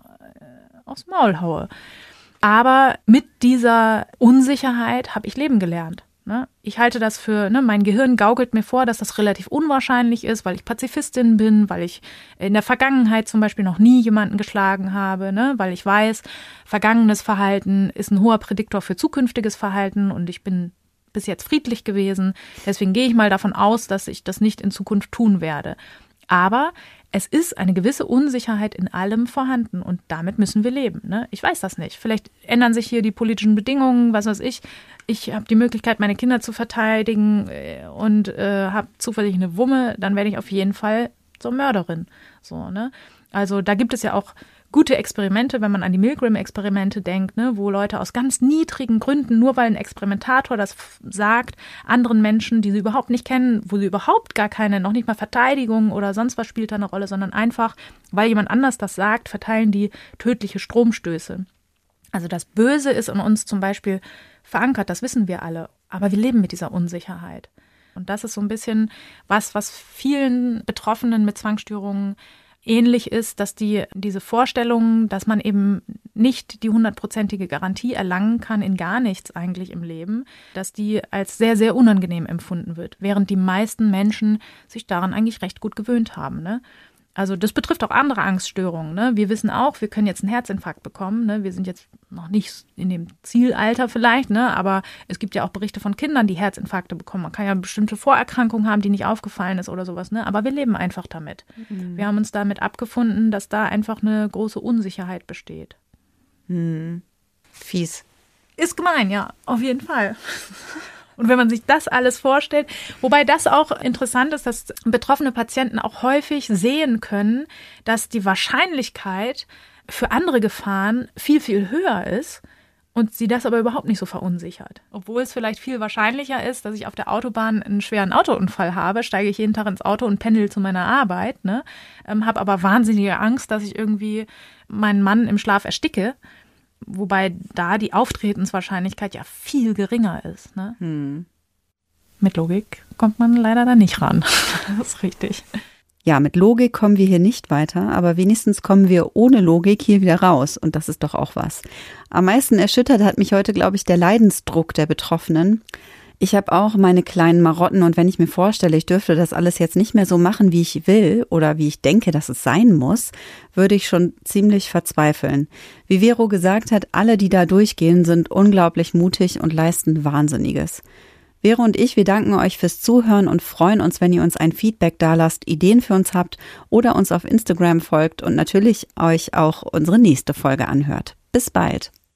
aufs Maul haue. Aber mit dieser Unsicherheit habe ich leben gelernt. Ich halte das für, mein Gehirn gaukelt mir vor, dass das relativ unwahrscheinlich ist, weil ich Pazifistin bin, weil ich in der Vergangenheit zum Beispiel noch nie jemanden geschlagen habe, weil ich weiß, vergangenes Verhalten ist ein hoher Prädiktor für zukünftiges Verhalten und ich bin bis jetzt friedlich gewesen. Deswegen gehe ich mal davon aus, dass ich das nicht in Zukunft tun werde. Aber es ist eine gewisse Unsicherheit in allem vorhanden und damit müssen wir leben. Ne? Ich weiß das nicht. Vielleicht ändern sich hier die politischen Bedingungen, was weiß ich. Ich habe die Möglichkeit, meine Kinder zu verteidigen und habe zufällig eine Wumme, dann werde ich auf jeden Fall zur Mörderin. So, ne? Also da gibt es ja auch gute Experimente, wenn man an die Milgram-Experimente denkt, ne, wo Leute aus ganz niedrigen Gründen, nur weil ein Experimentator das sagt, anderen Menschen, die sie überhaupt nicht kennen, wo sie überhaupt gar keine, noch nicht mal Verteidigung oder sonst was spielt da eine Rolle, sondern einfach, weil jemand anders das sagt, verteilen die tödliche Stromstöße. Also das Böse ist in uns zum Beispiel verankert, das wissen wir alle, aber wir leben mit dieser Unsicherheit. Und das ist so ein bisschen was vielen Betroffenen mit Zwangsstörungen ähnlich ist, dass diese Vorstellung, dass man eben nicht die 100%ige Garantie erlangen kann in gar nichts eigentlich im Leben, dass die als sehr, sehr unangenehm empfunden wird, während die meisten Menschen sich daran eigentlich recht gut gewöhnt haben, ne? Also das betrifft auch andere Angststörungen, ne? Wir wissen auch, wir können jetzt einen Herzinfarkt bekommen, ne? Wir sind jetzt noch nicht in dem Zielalter vielleicht, ne? Aber es gibt ja auch Berichte von Kindern, die Herzinfarkte bekommen. Man kann ja bestimmte Vorerkrankungen haben, die nicht aufgefallen ist oder sowas, ne? Aber wir leben einfach damit. Wir haben uns damit abgefunden, dass da einfach eine große Unsicherheit besteht. Fies. Ist gemein, ja, auf jeden Fall. Und wenn man sich das alles vorstellt, wobei das auch interessant ist, dass betroffene Patienten auch häufig sehen können, dass die Wahrscheinlichkeit für andere Gefahren viel, viel höher ist und sie das aber überhaupt nicht so verunsichert. Obwohl es vielleicht viel wahrscheinlicher ist, dass ich auf der Autobahn einen schweren Autounfall habe, steige ich jeden Tag ins Auto und pendel zu meiner Arbeit, ne? Habe aber wahnsinnige Angst, dass ich irgendwie meinen Mann im Schlaf ersticke. Wobei da die Auftretenswahrscheinlichkeit ja viel geringer ist. Ne? Mit Logik kommt man leider da nicht ran. Das ist richtig. Ja, mit Logik kommen wir hier nicht weiter, aber wenigstens kommen wir ohne Logik hier wieder raus. Und das ist doch auch was. Am meisten erschüttert hat mich heute, glaube ich, der Leidensdruck der Betroffenen. Ich habe auch meine kleinen Marotten und wenn ich mir vorstelle, ich dürfte das alles jetzt nicht mehr so machen, wie ich will oder wie ich denke, dass es sein muss, würde ich schon ziemlich verzweifeln. Wie Vero gesagt hat, alle, die da durchgehen, sind unglaublich mutig und leisten Wahnsinniges. Vero und ich, wir danken euch fürs Zuhören und freuen uns, wenn ihr uns ein Feedback dalasst, Ideen für uns habt oder uns auf Instagram folgt und natürlich euch auch unsere nächste Folge anhört. Bis bald.